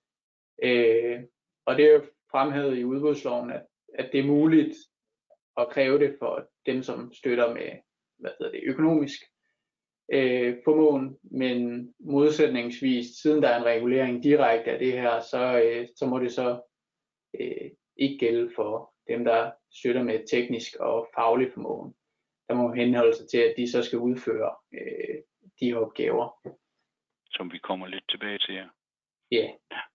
Og det er jo fremhævet i udbudsloven, at det er muligt at kræve det for dem, som støtter med økonomisk formåen, men modsætningsvis, siden der er en regulering direkte af det her, så må det så ikke gælde for dem, der støtter med teknisk og faglig formåen. Der må henholde sig til, at de så skal udføre de her opgaver. Som vi kommer lidt tilbage til her. Ja.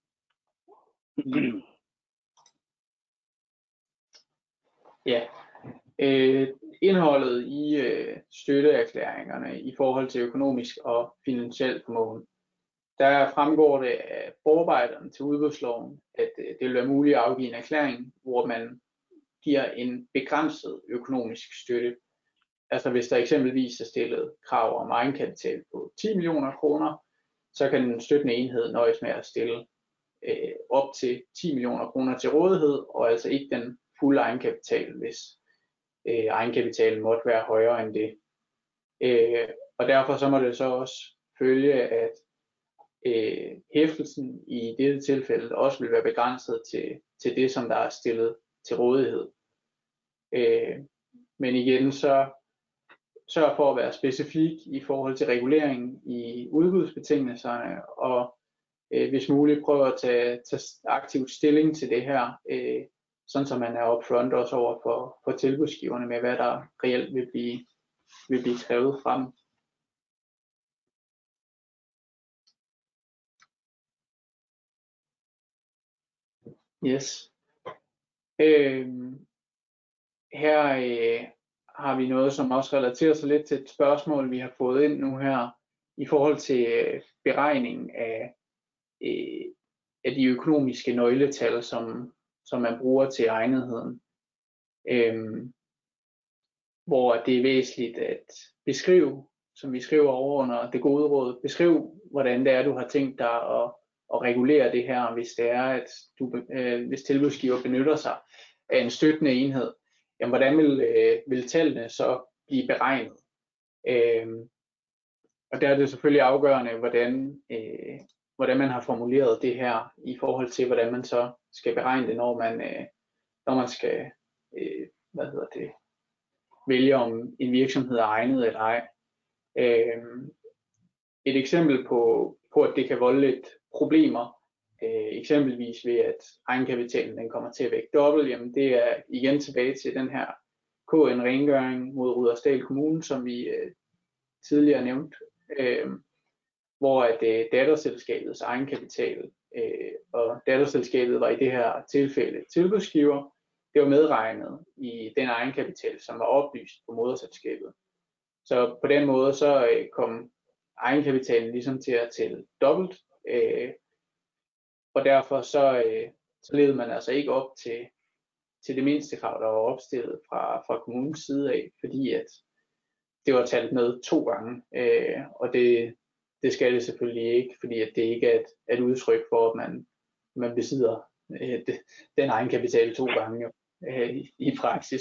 Ja. Indholdet i støtteerklæringerne i forhold til økonomisk og finansiel formåen. Der fremgår det af forarbejderne til udbudsloven, at det vil være muligt at afgive en erklæring, hvor man giver en begrænset økonomisk støtte. Altså hvis der eksempelvis er stillet krav om egenkapital på 10 millioner kroner, så kan den støttende enhed nøjes med at stille op til 10 millioner kroner til rådighed, og altså ikke den fulde egenkapital, hvis egenkapitalen måtte være højere end det. Og derfor så må det så også følge, at hæftelsen i dette tilfælde også vil være begrænset til det, som der er stillet til rådighed. Men igen, så sørg for at være specifik i forhold til regulering i udbudsbetingelserne, og hvis muligt prøve at tage aktivt stilling til det her, sådan så man er upfront også over for tilbudsgiverne med, hvad der reelt vil blive krævet frem. Yes. Her har vi noget, som også relaterer sig lidt til et spørgsmål, vi har fået ind nu her, i forhold til beregning af de økonomiske nøgletal, som man bruger til egnetheden. Hvor det er væsentligt at beskrive, som vi skriver over under det gode råd, beskriv, hvordan det er, du har tænkt dig at regulere det her, hvis det er, at hvis tilbudsgiver benytter sig af en støttende enhed. Jamen, hvordan vil tallene så blive beregnet? Og der er det selvfølgelig afgørende, hvordan man har formuleret det her i forhold til, hvordan man så skal beregne det, når man skal vælge, om en virksomhed er egnet eller ej. Et eksempel på, at det kan volde lidt problemer, eksempelvis ved at egenkapitalen den kommer til at vægte dobbelt, jamen det er igen tilbage til den her KN-rengøring mod Rudersdal Kommune, som vi tidligere nævnte, hvor at datterselskabets egenkapital, og datterselskabet var i det her tilfælde tilbudsgiver, det var medregnet i den egenkapital, som var oplyst på moderselskabet. Så på den måde så kom egenkapitalen ligesom til at tælle dobbelt, og derfor så levede man altså ikke op til det mindste krav, der var opstillet fra kommunens side af, fordi at det var talt med 2 gange, og det skal det selvfølgelig ikke, fordi at det ikke er et udtryk for, at man besidder den egenkapital 2 gange i praksis.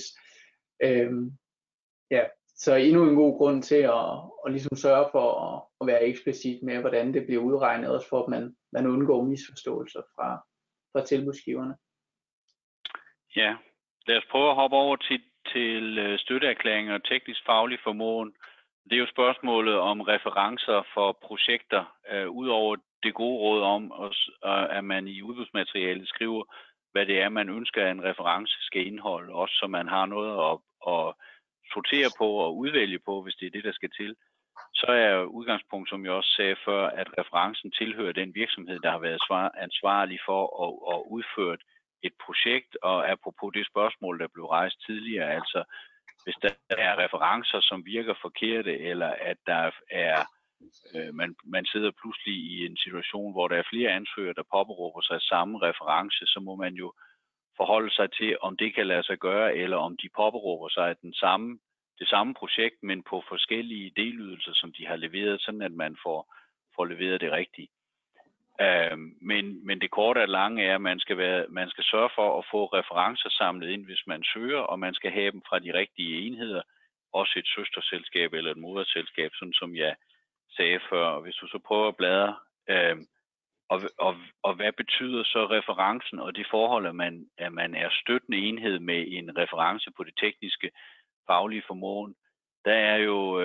Ja, så endnu en god grund til at ligesom sørge for at være eksplicit med, hvordan det bliver udregnet, også for at man undgår misforståelser fra tilbudsgiverne. Ja, lad os prøve at hoppe over til støtteerklæringer og teknisk faglig formåen. Det er jo spørgsmålet om referencer for projekter, udover det gode råd om, at man i udbudsmaterialet skriver, hvad det er, man ønsker, at en reference skal indeholde, også så man har noget at sortere på og udvælge på, hvis det er det, der skal til. Så er udgangspunkt, som jeg også sagde før, at referencen tilhører den virksomhed, der har været ansvarlig for at udføre et projekt, og apropos det spørgsmål, der blev rejst tidligere, altså hvis der er referencer, som virker forkerte, eller at der er man sidder pludselig i en situation, hvor der er flere ansøgere, der påberåber sig samme reference, så må man jo forholde sig til, om det kan lade sig gøre, eller om de påberåber sig den samme det samme projekt, men på forskellige delydelser, som de har leveret, sådan at man får leveret det rigtigt. Men det korte og lange er, at man skal sørge for at få referencer samlet ind, hvis man søger, og man skal have dem fra de rigtige enheder, også et søsterselskab eller et moderselskab, sådan som jeg sagde før. Og hvis du så prøver at bladre, og hvad betyder så referencen og det forhold, at man er støttende enhed med en reference på det tekniske faglige formåen, der er jo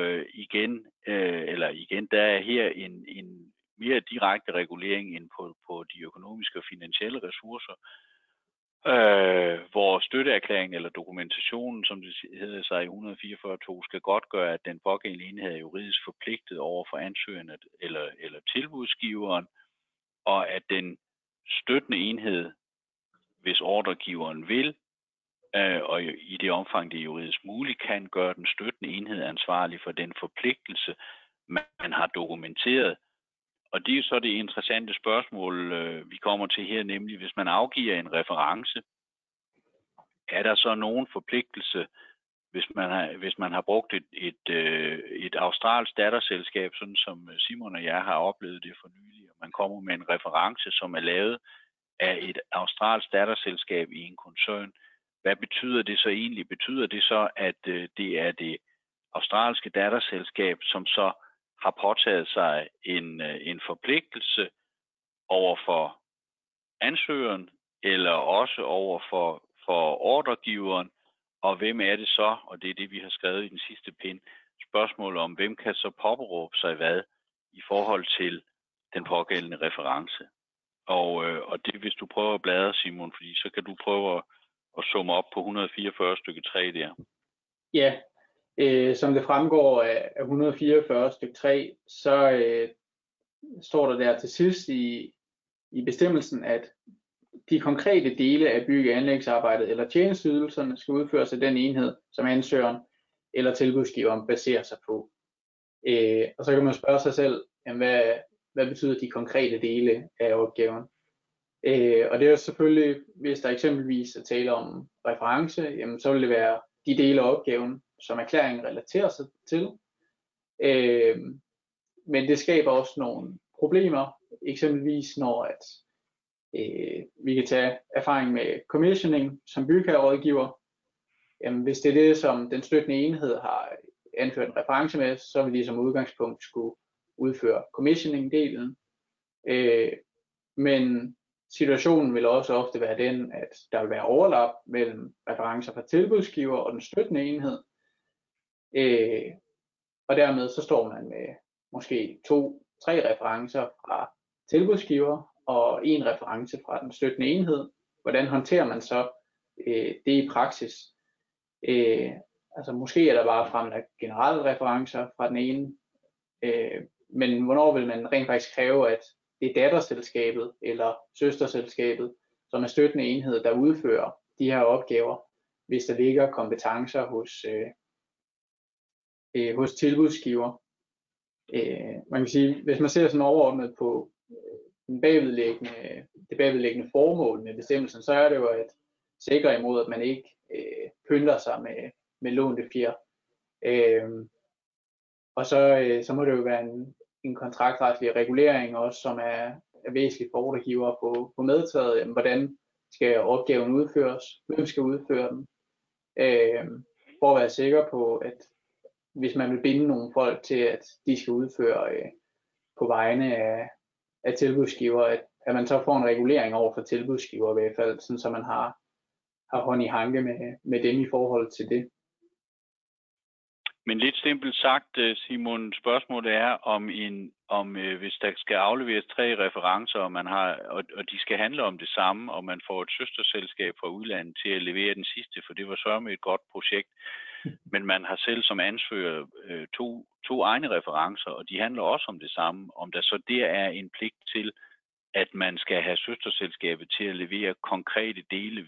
der er her en mere direkte regulering end på de økonomiske og finansielle ressourcer, hvor støtteerklæringen eller dokumentationen, som det hedder sig i 144.2, skal godt gøre, at den pågældende enhed er juridisk forpligtet over for ansøgeren eller tilbudsgiveren, og at den støttende enhed, hvis ordregiveren vil, og i det omfang det er juridisk muligt, kan gøre den støttende enhed ansvarlig for den forpligtelse, man har dokumenteret. Og det er så det interessante spørgsmål, vi kommer til her, nemlig hvis man afgiver en reference, er der så nogen forpligtelse, hvis man har brugt et australsk datterselskab, sådan som Simon og jeg har oplevet det for nylig, og man kommer med en reference, som er lavet af et australsk datterselskab i en koncern. Hvad betyder det så egentlig? Betyder det så, at det er det australske datterselskab, som så har påtaget sig en forpligtelse over for ansøgeren, eller også over for ordregiveren, og hvem er det så, og det er det, vi har skrevet i den sidste pind, spørgsmålet om, hvem kan så påberåbe sig hvad i forhold til den pågældende reference. Og det, hvis du prøver at bladre, Simon, fordi så kan du prøve at summe op på 144 stykke 3 der. Ja, som det fremgår af 144 stykke 3, så står der til sidst i bestemmelsen, at de konkrete dele af bygge- og anlægsarbejdet eller tjenesteydelserne skal udføres af den enhed, som ansøgeren eller tilbudsgiveren baserer sig på. Og så kan man spørge sig selv, jamen, hvad betyder de konkrete dele af opgaven? Og det er jo selvfølgelig, hvis der eksempelvis er tale om reference, jamen, så vil det være de dele af opgaven, som erklæringen relaterer sig til. Men det skaber også nogle problemer, eksempelvis når vi kan tage erfaring med commissioning som bygherrerådgiver. Hvis det er det, som den støttende enhed har anført en reference med, så vil de som udgangspunkt skulle udføre commissioning-delen. Men situationen vil også ofte være den, at der vil være overlap mellem referencer fra tilbudsgiver og den støttende enhed. Og dermed så står man med måske 2-3 referencer fra tilbudsgiver og en reference fra den støttende enhed. Hvordan håndterer man så det i praksis? Altså måske er der bare fremlagt generelle referencer fra den ene, men hvornår vil man rent faktisk kræve, at det er datterselskabet eller søsterselskabet, som er støttende enhed, der udfører de her opgaver, hvis der ligger kompetencer hos tilbudsgiver. Man kan sige, hvis man ser sådan overordnet på det bagvedliggende formål med bestemmelsen, så er det jo at sikre imod, at man ikke pynter sig med lånte fjer. Og så må det jo være en kontraktretlig regulering også, som er væsentlig for ordregiver på medtaget. Hvordan skal opgaven udføres? Hvem skal udføre den? For at være sikker på, at hvis man vil binde nogle folk til, at de skal udføre på vegne af tilbudsgiver, at man så får en regulering over for tilbudsgiver i hvert fald, sådan så man har hånd i hanke med dem i forhold til det. Men lidt simpelt sagt, Simon, spørgsmålet er, om hvis der skal afleveres 3 referencer, og de skal handle om det samme, og man får et søsterselskab fra udlandet til at levere den sidste, for det var sørme et godt projekt, men man har selv som ansøger to egne referencer, og de handler også om det samme, om der så der er en pligt til, at man skal have søsterselskabet til at levere konkrete dele,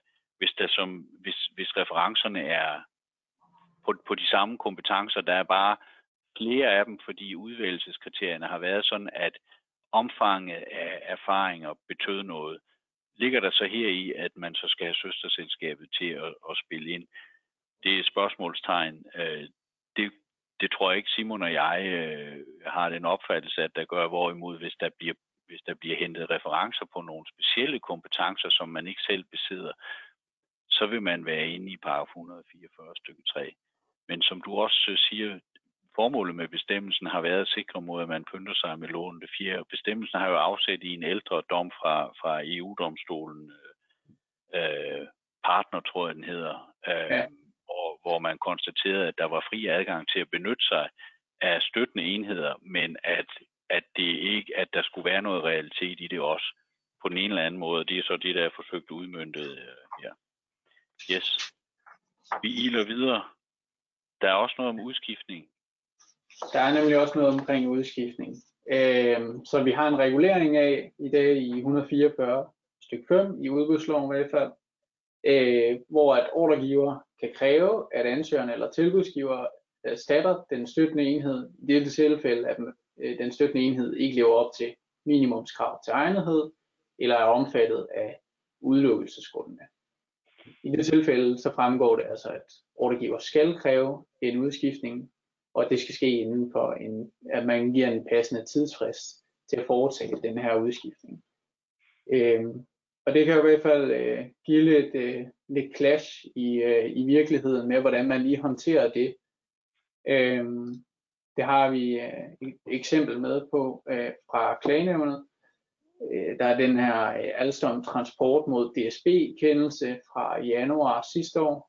hvis referencerne er på de samme kompetencer. Der er bare flere af dem, fordi udvælgelseskriterierne har været sådan, at omfanget af erfaringer betød noget. Ligger der så her i, at man så skal have søsterselskabet til at spille ind? det er spørgsmålstegn. Det tror jeg ikke, Simon og jeg har den opfattelse, at der gør, hvorimod hvis der bliver hentet referencer på nogle specielle kompetencer, som man ikke selv besidder, så vil man være inde i paragraf 144 stykke 3. Men som du også siger, formålet med bestemmelsen har været at sikre mod, at man pynter sig med lånte fjer. Bestemmelsen har jo afsæt i en ældre dom fra EU-domstolen, partner, tror jeg den hedder, hvor man konstaterede, at der var fri adgang til at benytte sig af støttende enheder, men at der skulle være noget realitet i det også på den ene eller anden måde. Det er så det, der er forsøgt udmøntet her. Yes. Vi iler videre. Der er også noget om udskiftning. Der er nemlig også noget omkring udskiftning. Så vi har en regulering af i dag i 144 stykke 5 i udbudsloven i hvert fald, hvor at ordregiver kan kræve, at ansøgeren eller tilbudsgiver erstatter den støttende enhed, i dette tilfælde, at den støttende enhed ikke lever op til minimumskrav til egnethed, eller er omfattet af udelukkelsesgrundene. I det tilfælde så fremgår det altså, at ordregiver skal kræve en udskiftning, og at det skal ske inden for at man giver en passende tidsfrist til at foretage den her udskiftning. Og det kan jo i hvert fald give lidt clash i virkeligheden med, hvordan man lige håndterer det. Det har vi et eksempel med på fra klagenævnet. Der er den her Alstom Transport mod DSB-kendelse fra januar sidste år.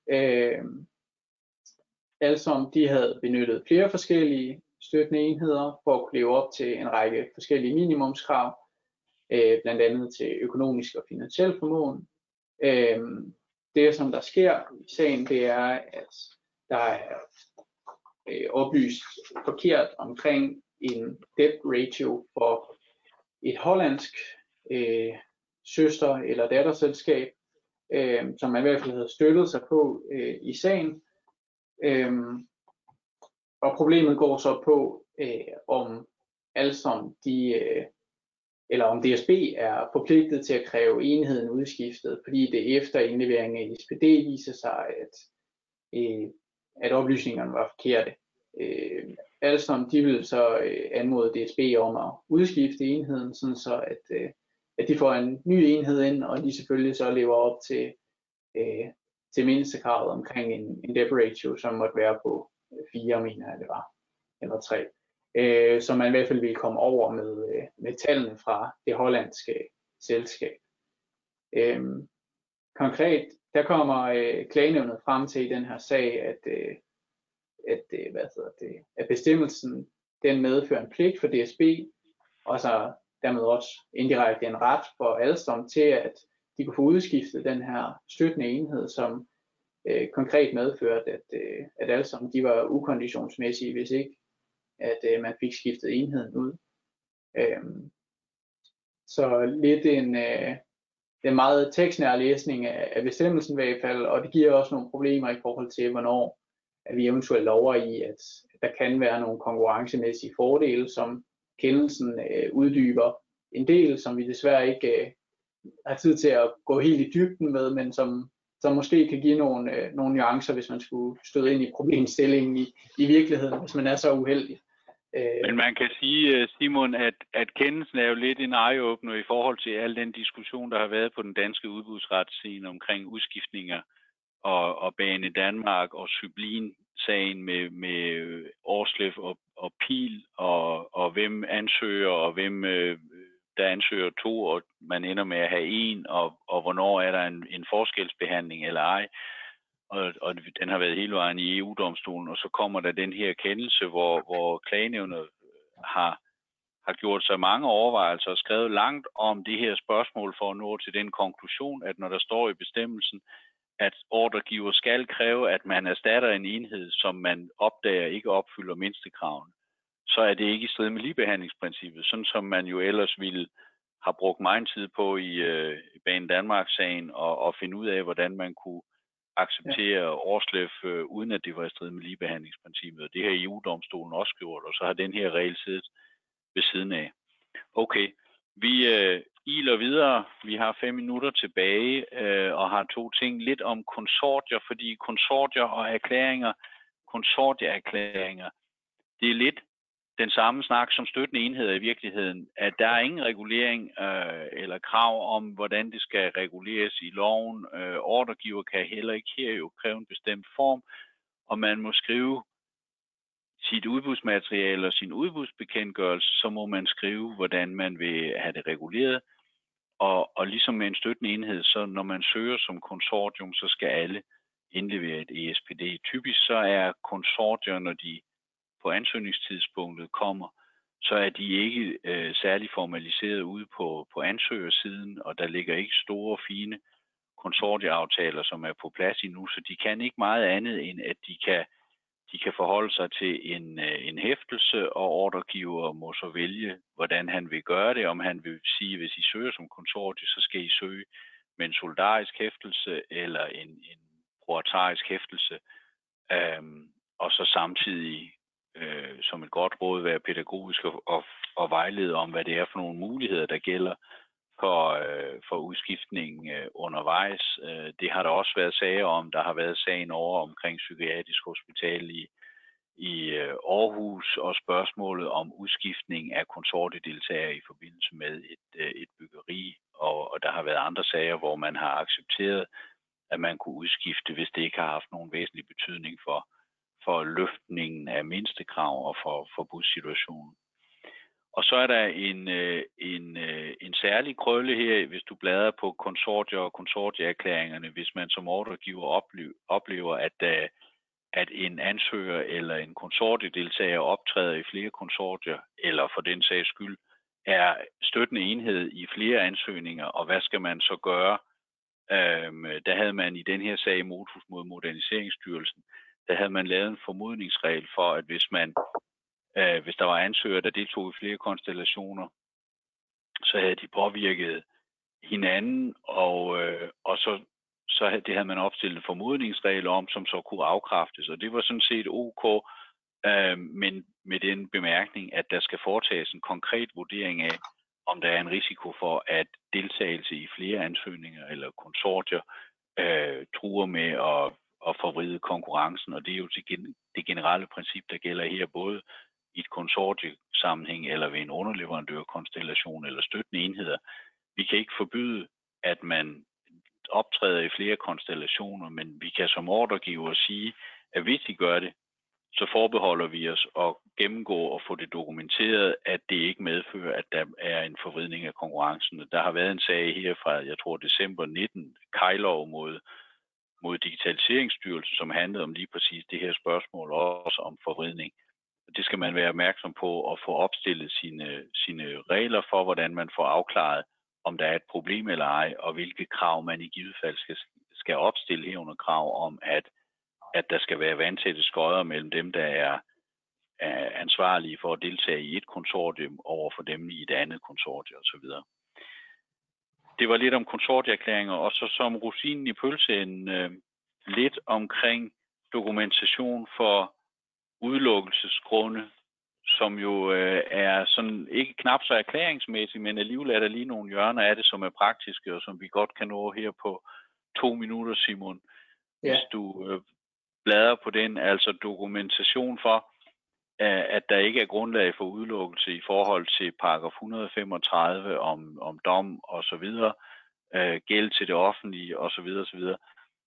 Alstom de havde benyttet flere forskellige støttende enheder for at kunne leve op til en række forskellige minimumskrav, blandt andet til økonomisk og finansiel formåen. Det som der sker i sagen, det er, at der er oplyst forkert omkring en debt ratio for et hollandsk søster- eller datterselskab, som man i hvert fald havde støttet sig på i sagen. Og problemet går så på, om Alstom eller om DSB er forpligtet til at kræve enheden udskiftet, fordi det efter indlevering af SPD viser sig, at oplysningerne var forkerte. Alstom de vil så anmode DSB om at udskifte enheden, sådan så at de får en ny enhed ind, og de selvfølgelig så lever op til mindstekravet omkring en debt ratio, som måtte være på 4, mener jeg det var, eller 3. Så man i hvert fald vil komme over med tallene fra det hollandske selskab. Konkret, der kommer klagenævnet frem til i den her sag, at bestemmelsen den medfører en pligt for DSB, og så dermed også indirekte en ret for Alstom til, at de kunne få udskiftet den her støttende enhed, som konkret medførte, at Alstom de var ukonditionsmæssige, hvis ikke at man fik skiftet enheden ud. Så lidt en meget tekstnær læsning af bestemmelsen i hvert fald, og det giver også nogle problemer i forhold til, hvornår at vi eventuelt lover i, at der kan være nogle konkurrencemæssige fordele, som kendelsen uddyber en del, som vi desværre ikke har tid til at gå helt i dybden med, men som måske kan give nogle nuancer, hvis man skulle støde ind i problemstillingen i virkeligheden, hvis man er så uheldig. Men man kan sige, Simon, at kendelsen er jo lidt en eye-opener i forhold til al den diskussion, der har været på den danske udbudsretsscene omkring udskiftninger og Bane Danmark og Syblin-sagen med Årslev og Pil og hvem ansøger og hvem der ansøger 2, og man ender med at have 1, og hvornår er der en forskelsbehandling eller ej. Og den har været hele vejen i EU-domstolen, og så kommer der den her kendelse, hvor klagenævnet har gjort sig mange overvejelser og skrevet langt om det her spørgsmål for at nå til den konklusion, at når der står i bestemmelsen, at ordregiver skal kræve, at man erstatter en enhed, som man opdager ikke opfylder mindstekravene, så er det ikke i strid med ligebehandlingsprincippet, sådan som man jo ellers ville have brugt meget tid på i Bane Danmark-sagen og finde ud af, hvordan man kunne acceptere Årslev, uden at det var i strid med ligebehandlingsprincippet. Og det har EU-domstolen også gjort, og så har den her regel siddet ved siden af. Okay, iler videre. Vi har 5 minutter tilbage og har 2 ting. Lidt om konsortier, fordi konsortier og erklæringer, konsortieerklæringer, det er lidt den samme snak som støttende enheder i virkeligheden, at der er ingen regulering eller krav om, hvordan det skal reguleres i loven. Ordregiver kan heller ikke her jo kræve en bestemt form, og man må skrive sit udbudsmateriale og sin udbudsbekendtgørelse, så må man skrive, hvordan man vil have det reguleret. Og ligesom med en støttende enhed, så når man søger som konsortium, så skal alle indlevere et ESPD. Typisk så er konsortier, når de på ansøgningstidspunktet kommer, så er de ikke særlig formaliseret ude på ansøgersiden, og der ligger ikke store, fine konsortieaftaler, som er på plads endnu, så de kan ikke meget andet, end at de kan forholde sig til en hæftelse, og ordregiver må så vælge, hvordan han vil gøre det, om han vil sige, hvis I søger som konsortie, så skal I søge med en solidarisk hæftelse eller en proratarisk hæftelse, og så samtidig som et godt råd være pædagogisk og vejlede om, hvad det er for nogle muligheder, der gælder for udskiftning undervejs. Det har der også været sager om. Der har været sagen over omkring Psykiatrisk Hospital i Aarhus, og spørgsmålet om udskiftning af konsortiedeltagere i forbindelse med et byggeri. Og der har været andre sager, hvor man har accepteret, at man kunne udskifte, hvis det ikke har haft nogen væsentlig betydning for løftningen af mindstekrav og for forbudssituationen. Og så er der en særlig krølle her, hvis du bladrer på konsortier og konsortieerklæringerne, hvis man som ordregiver oplever, at en ansøger eller en konsortiedeltager optræder i flere konsortier, eller for den sags skyld er støttende enhed i flere ansøgninger, og hvad skal man så gøre? Der havde man i den her sag Motus mod Moderniseringsstyrelsen, der havde man lavet en formodningsregel for, at hvis der var ansøgere, der deltog i flere konstellationer, så havde de påvirket hinanden, og så det havde man opstillet en formodningsregel om, som så kunne afkræftes. Og det var sådan set ok, men med den bemærkning, at der skal foretages en konkret vurdering af, om der er en risiko for, at deltagelse i flere ansøgninger eller konsortier truer med at forvride konkurrencen. Og det er jo det generelle princip, der gælder her, både i et konsortiesammenhæng eller ved en underleverandørkonstellation eller støttende enheder. Vi kan ikke forbyde, at man optræder i flere konstellationer, men vi kan som ordregiver sige, at hvis de gør det, så forbeholder vi os at gennemgå og få det dokumenteret, at det ikke medfører, at der er en forvridning af konkurrencen. Der har været en sag her fra, jeg tror, december 19, Kejlov mod Digitaliseringsstyrelsen, som handlede om lige præcis det her spørgsmål, også om forvridning. Det skal man være opmærksom på at få opstillet sine regler for, hvordan man får afklaret, om der er et problem eller ej, og hvilke krav man i givet fald skal opstille herunder krav om, at der skal være vandtætte skodder mellem dem, der er ansvarlige for at deltage i et konsortium over for dem i et andet konsortium osv. Det var lidt om konsortieerklæringer, og så som rosinen i pølsen lidt omkring dokumentation for udelukkelsesgrunde, som jo er sådan ikke knap så erklæringsmæssigt, men alligevel er der lige nogle hjørner af det, som er praktiske, og som vi godt kan nå her på 2 minutter, Simon. Ja. Hvis du bladrer på den, altså dokumentation for, at der ikke er grundlag for udelukkelse i forhold til paragraf 135 om dom og så videre, gæld til det offentlige og så videre, og så videre.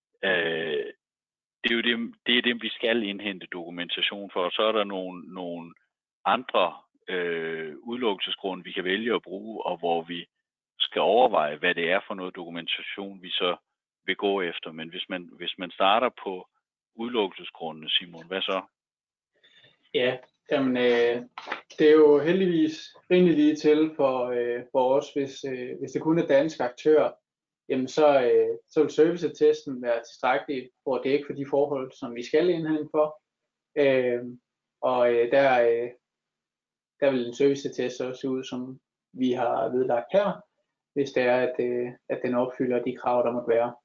Det er det, vi skal indhente dokumentation for, og så er der nogle andre udelukkelsesgrunde, vi kan vælge at bruge, og hvor vi skal overveje, hvad det er for noget dokumentation, vi så vil gå efter. Men hvis man starter på udelukkelsesgrundene, Simon, hvad så? Ja, jamen, det er jo heldigvis rimelig lige til for os, hvis det kun er danske aktører, jamen så vil serviceattesten være tilstrækkelig for at dække for de forhold, som vi skal indhente for. Der vil en serviceattest så se ud, som vi har vedlagt her, hvis det er, at den opfylder de krav, der måtte være.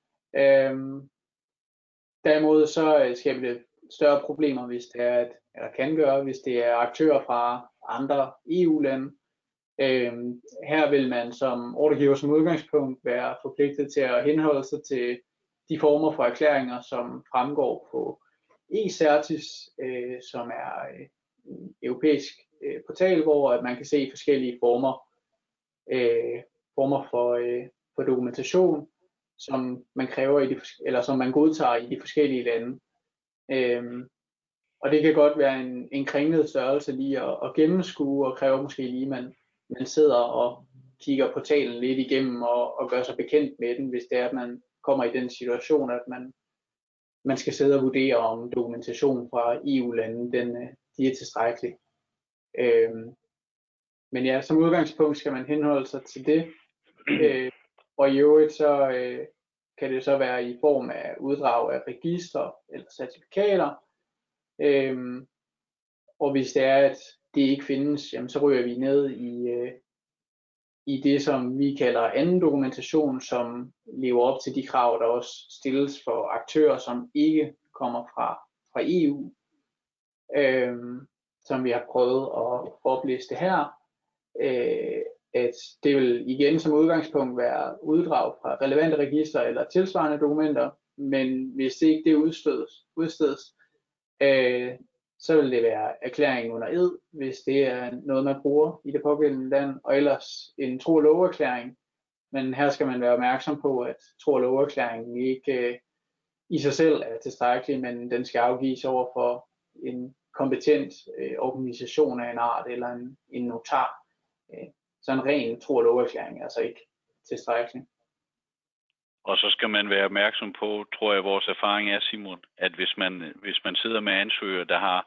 Derimod så skaber det større problemer, hvis det er, eller kan gøre, hvis det er aktører fra andre EU-lande, Her vil man som ordregiver som udgangspunkt være forpligtet til at henholde sig til de former for erklæringer, som fremgår på e-Certis, som er en europæisk portal, hvor man kan se forskellige former for dokumentation, som man kræver eller som man godtager i de forskellige lande. Og det kan godt være en kringlet størrelse lige at gennemskue, og kræver måske lige, man sidder og kigger portalen lidt igennem og gør sig bekendt med den, hvis det er, at man kommer i den situation, at man skal sidde og vurdere, om dokumentation fra EU-lande, de er tilstrækkelig. Men ja, som udgangspunkt skal man henholde sig til det. Og i øvrigt så kan det så være i form af uddrag af registre eller certifikater. Og hvis det er, at det ikke findes, jamen, så ryger vi ned i det, som vi kalder anden dokumentation, som lever op til de krav, der også stilles for aktører, som ikke kommer fra EU, som vi har prøvet at opliste her. At det vil igen som udgangspunkt være uddrag fra relevante registre eller tilsvarende dokumenter, men hvis det ikke det udstedes, så vil det være erklæringen under ed, hvis det er noget, man bruger i det pågældende land, og ellers en tro- og loverklæring. Men her skal man være opmærksom på, at tro- og loverklæringen ikke i sig selv er tilstrækkelig, men den skal afgives over for en kompetent organisation af en art eller en notar. Så en ren tro- og loverklæring er altså ikke tilstrækkelig. Og så skal man være opmærksom på, tror jeg, vores erfaring er, Simon, at hvis man sidder med ansøgere,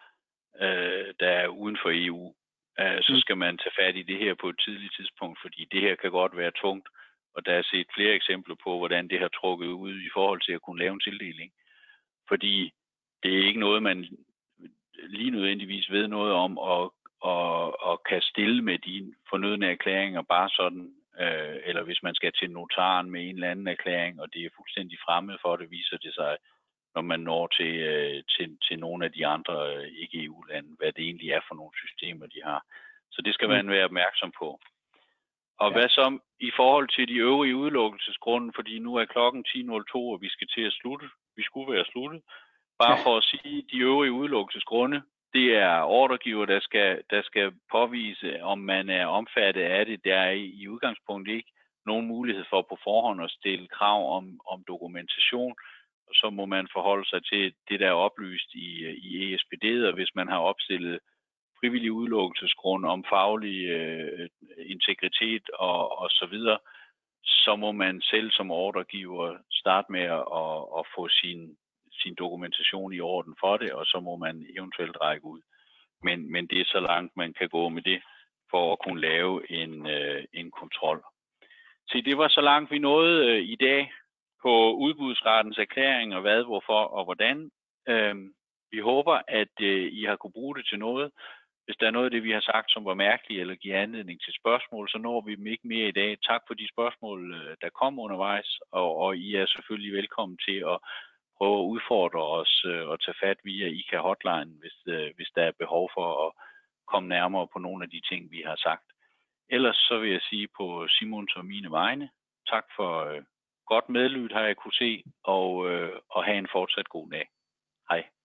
der er uden for EU, så skal man tage fat i det her på et tidligt tidspunkt, fordi det her kan godt være tungt, og der er set flere eksempler på, hvordan det har trukket ud i forhold til at kunne lave en tildeling. Fordi det er ikke noget, man lige nødvendigvis ved noget om, og kan stille med de fornødne erklæringer bare sådan, eller hvis man skal til notaren med en eller anden erklæring, og det er fuldstændig fremmed for det, viser det sig, når man når til nogle af de andre ikke-EU-lande, hvad det egentlig er for nogle systemer, de har. Så det skal man være opmærksom på. Og hvad så i forhold til de øvrige udelukkelsesgrunde, fordi nu er klokken 10.02, og vi skal til at slutte. Vi skulle være sluttet. Bare for at sige, de øvrige udelukkelsesgrunde, det er ordregiver, der skal påvise, om man er omfattet af det. Der er i udgangspunktet ikke nogen mulighed for på forhånd at stille krav om dokumentation. Og så må man forholde sig til det, der er oplyst i ESPD'et, og hvis man har opstillet frivillig udelukkelsesgrund om faglig integritet og så videre, så må man selv som ordregiver starte med at få sin dokumentation i orden for det, og så må man eventuelt række ud. Men det er så langt, man kan gå med det, for at kunne lave en kontrol. Så det var så langt, vi nåede i dag på udbudsrettens erklæring, og hvad, hvorfor og hvordan. Vi håber, at I har kunne bruge det til noget. Hvis der er noget af det, vi har sagt, som var mærkeligt, eller giver anledning til spørgsmål, så når vi dem ikke mere i dag. Tak for de spørgsmål, der kom undervejs, og I er selvfølgelig velkommen til at prøve at udfordre os og tage fat via ICA Hotline, hvis der er behov for at komme nærmere på nogle af de ting, vi har sagt. Ellers så vil jeg sige på Simons og mine vegne, tak for godt medlyt, har jeg kunne se, og have en fortsat god dag. Hej.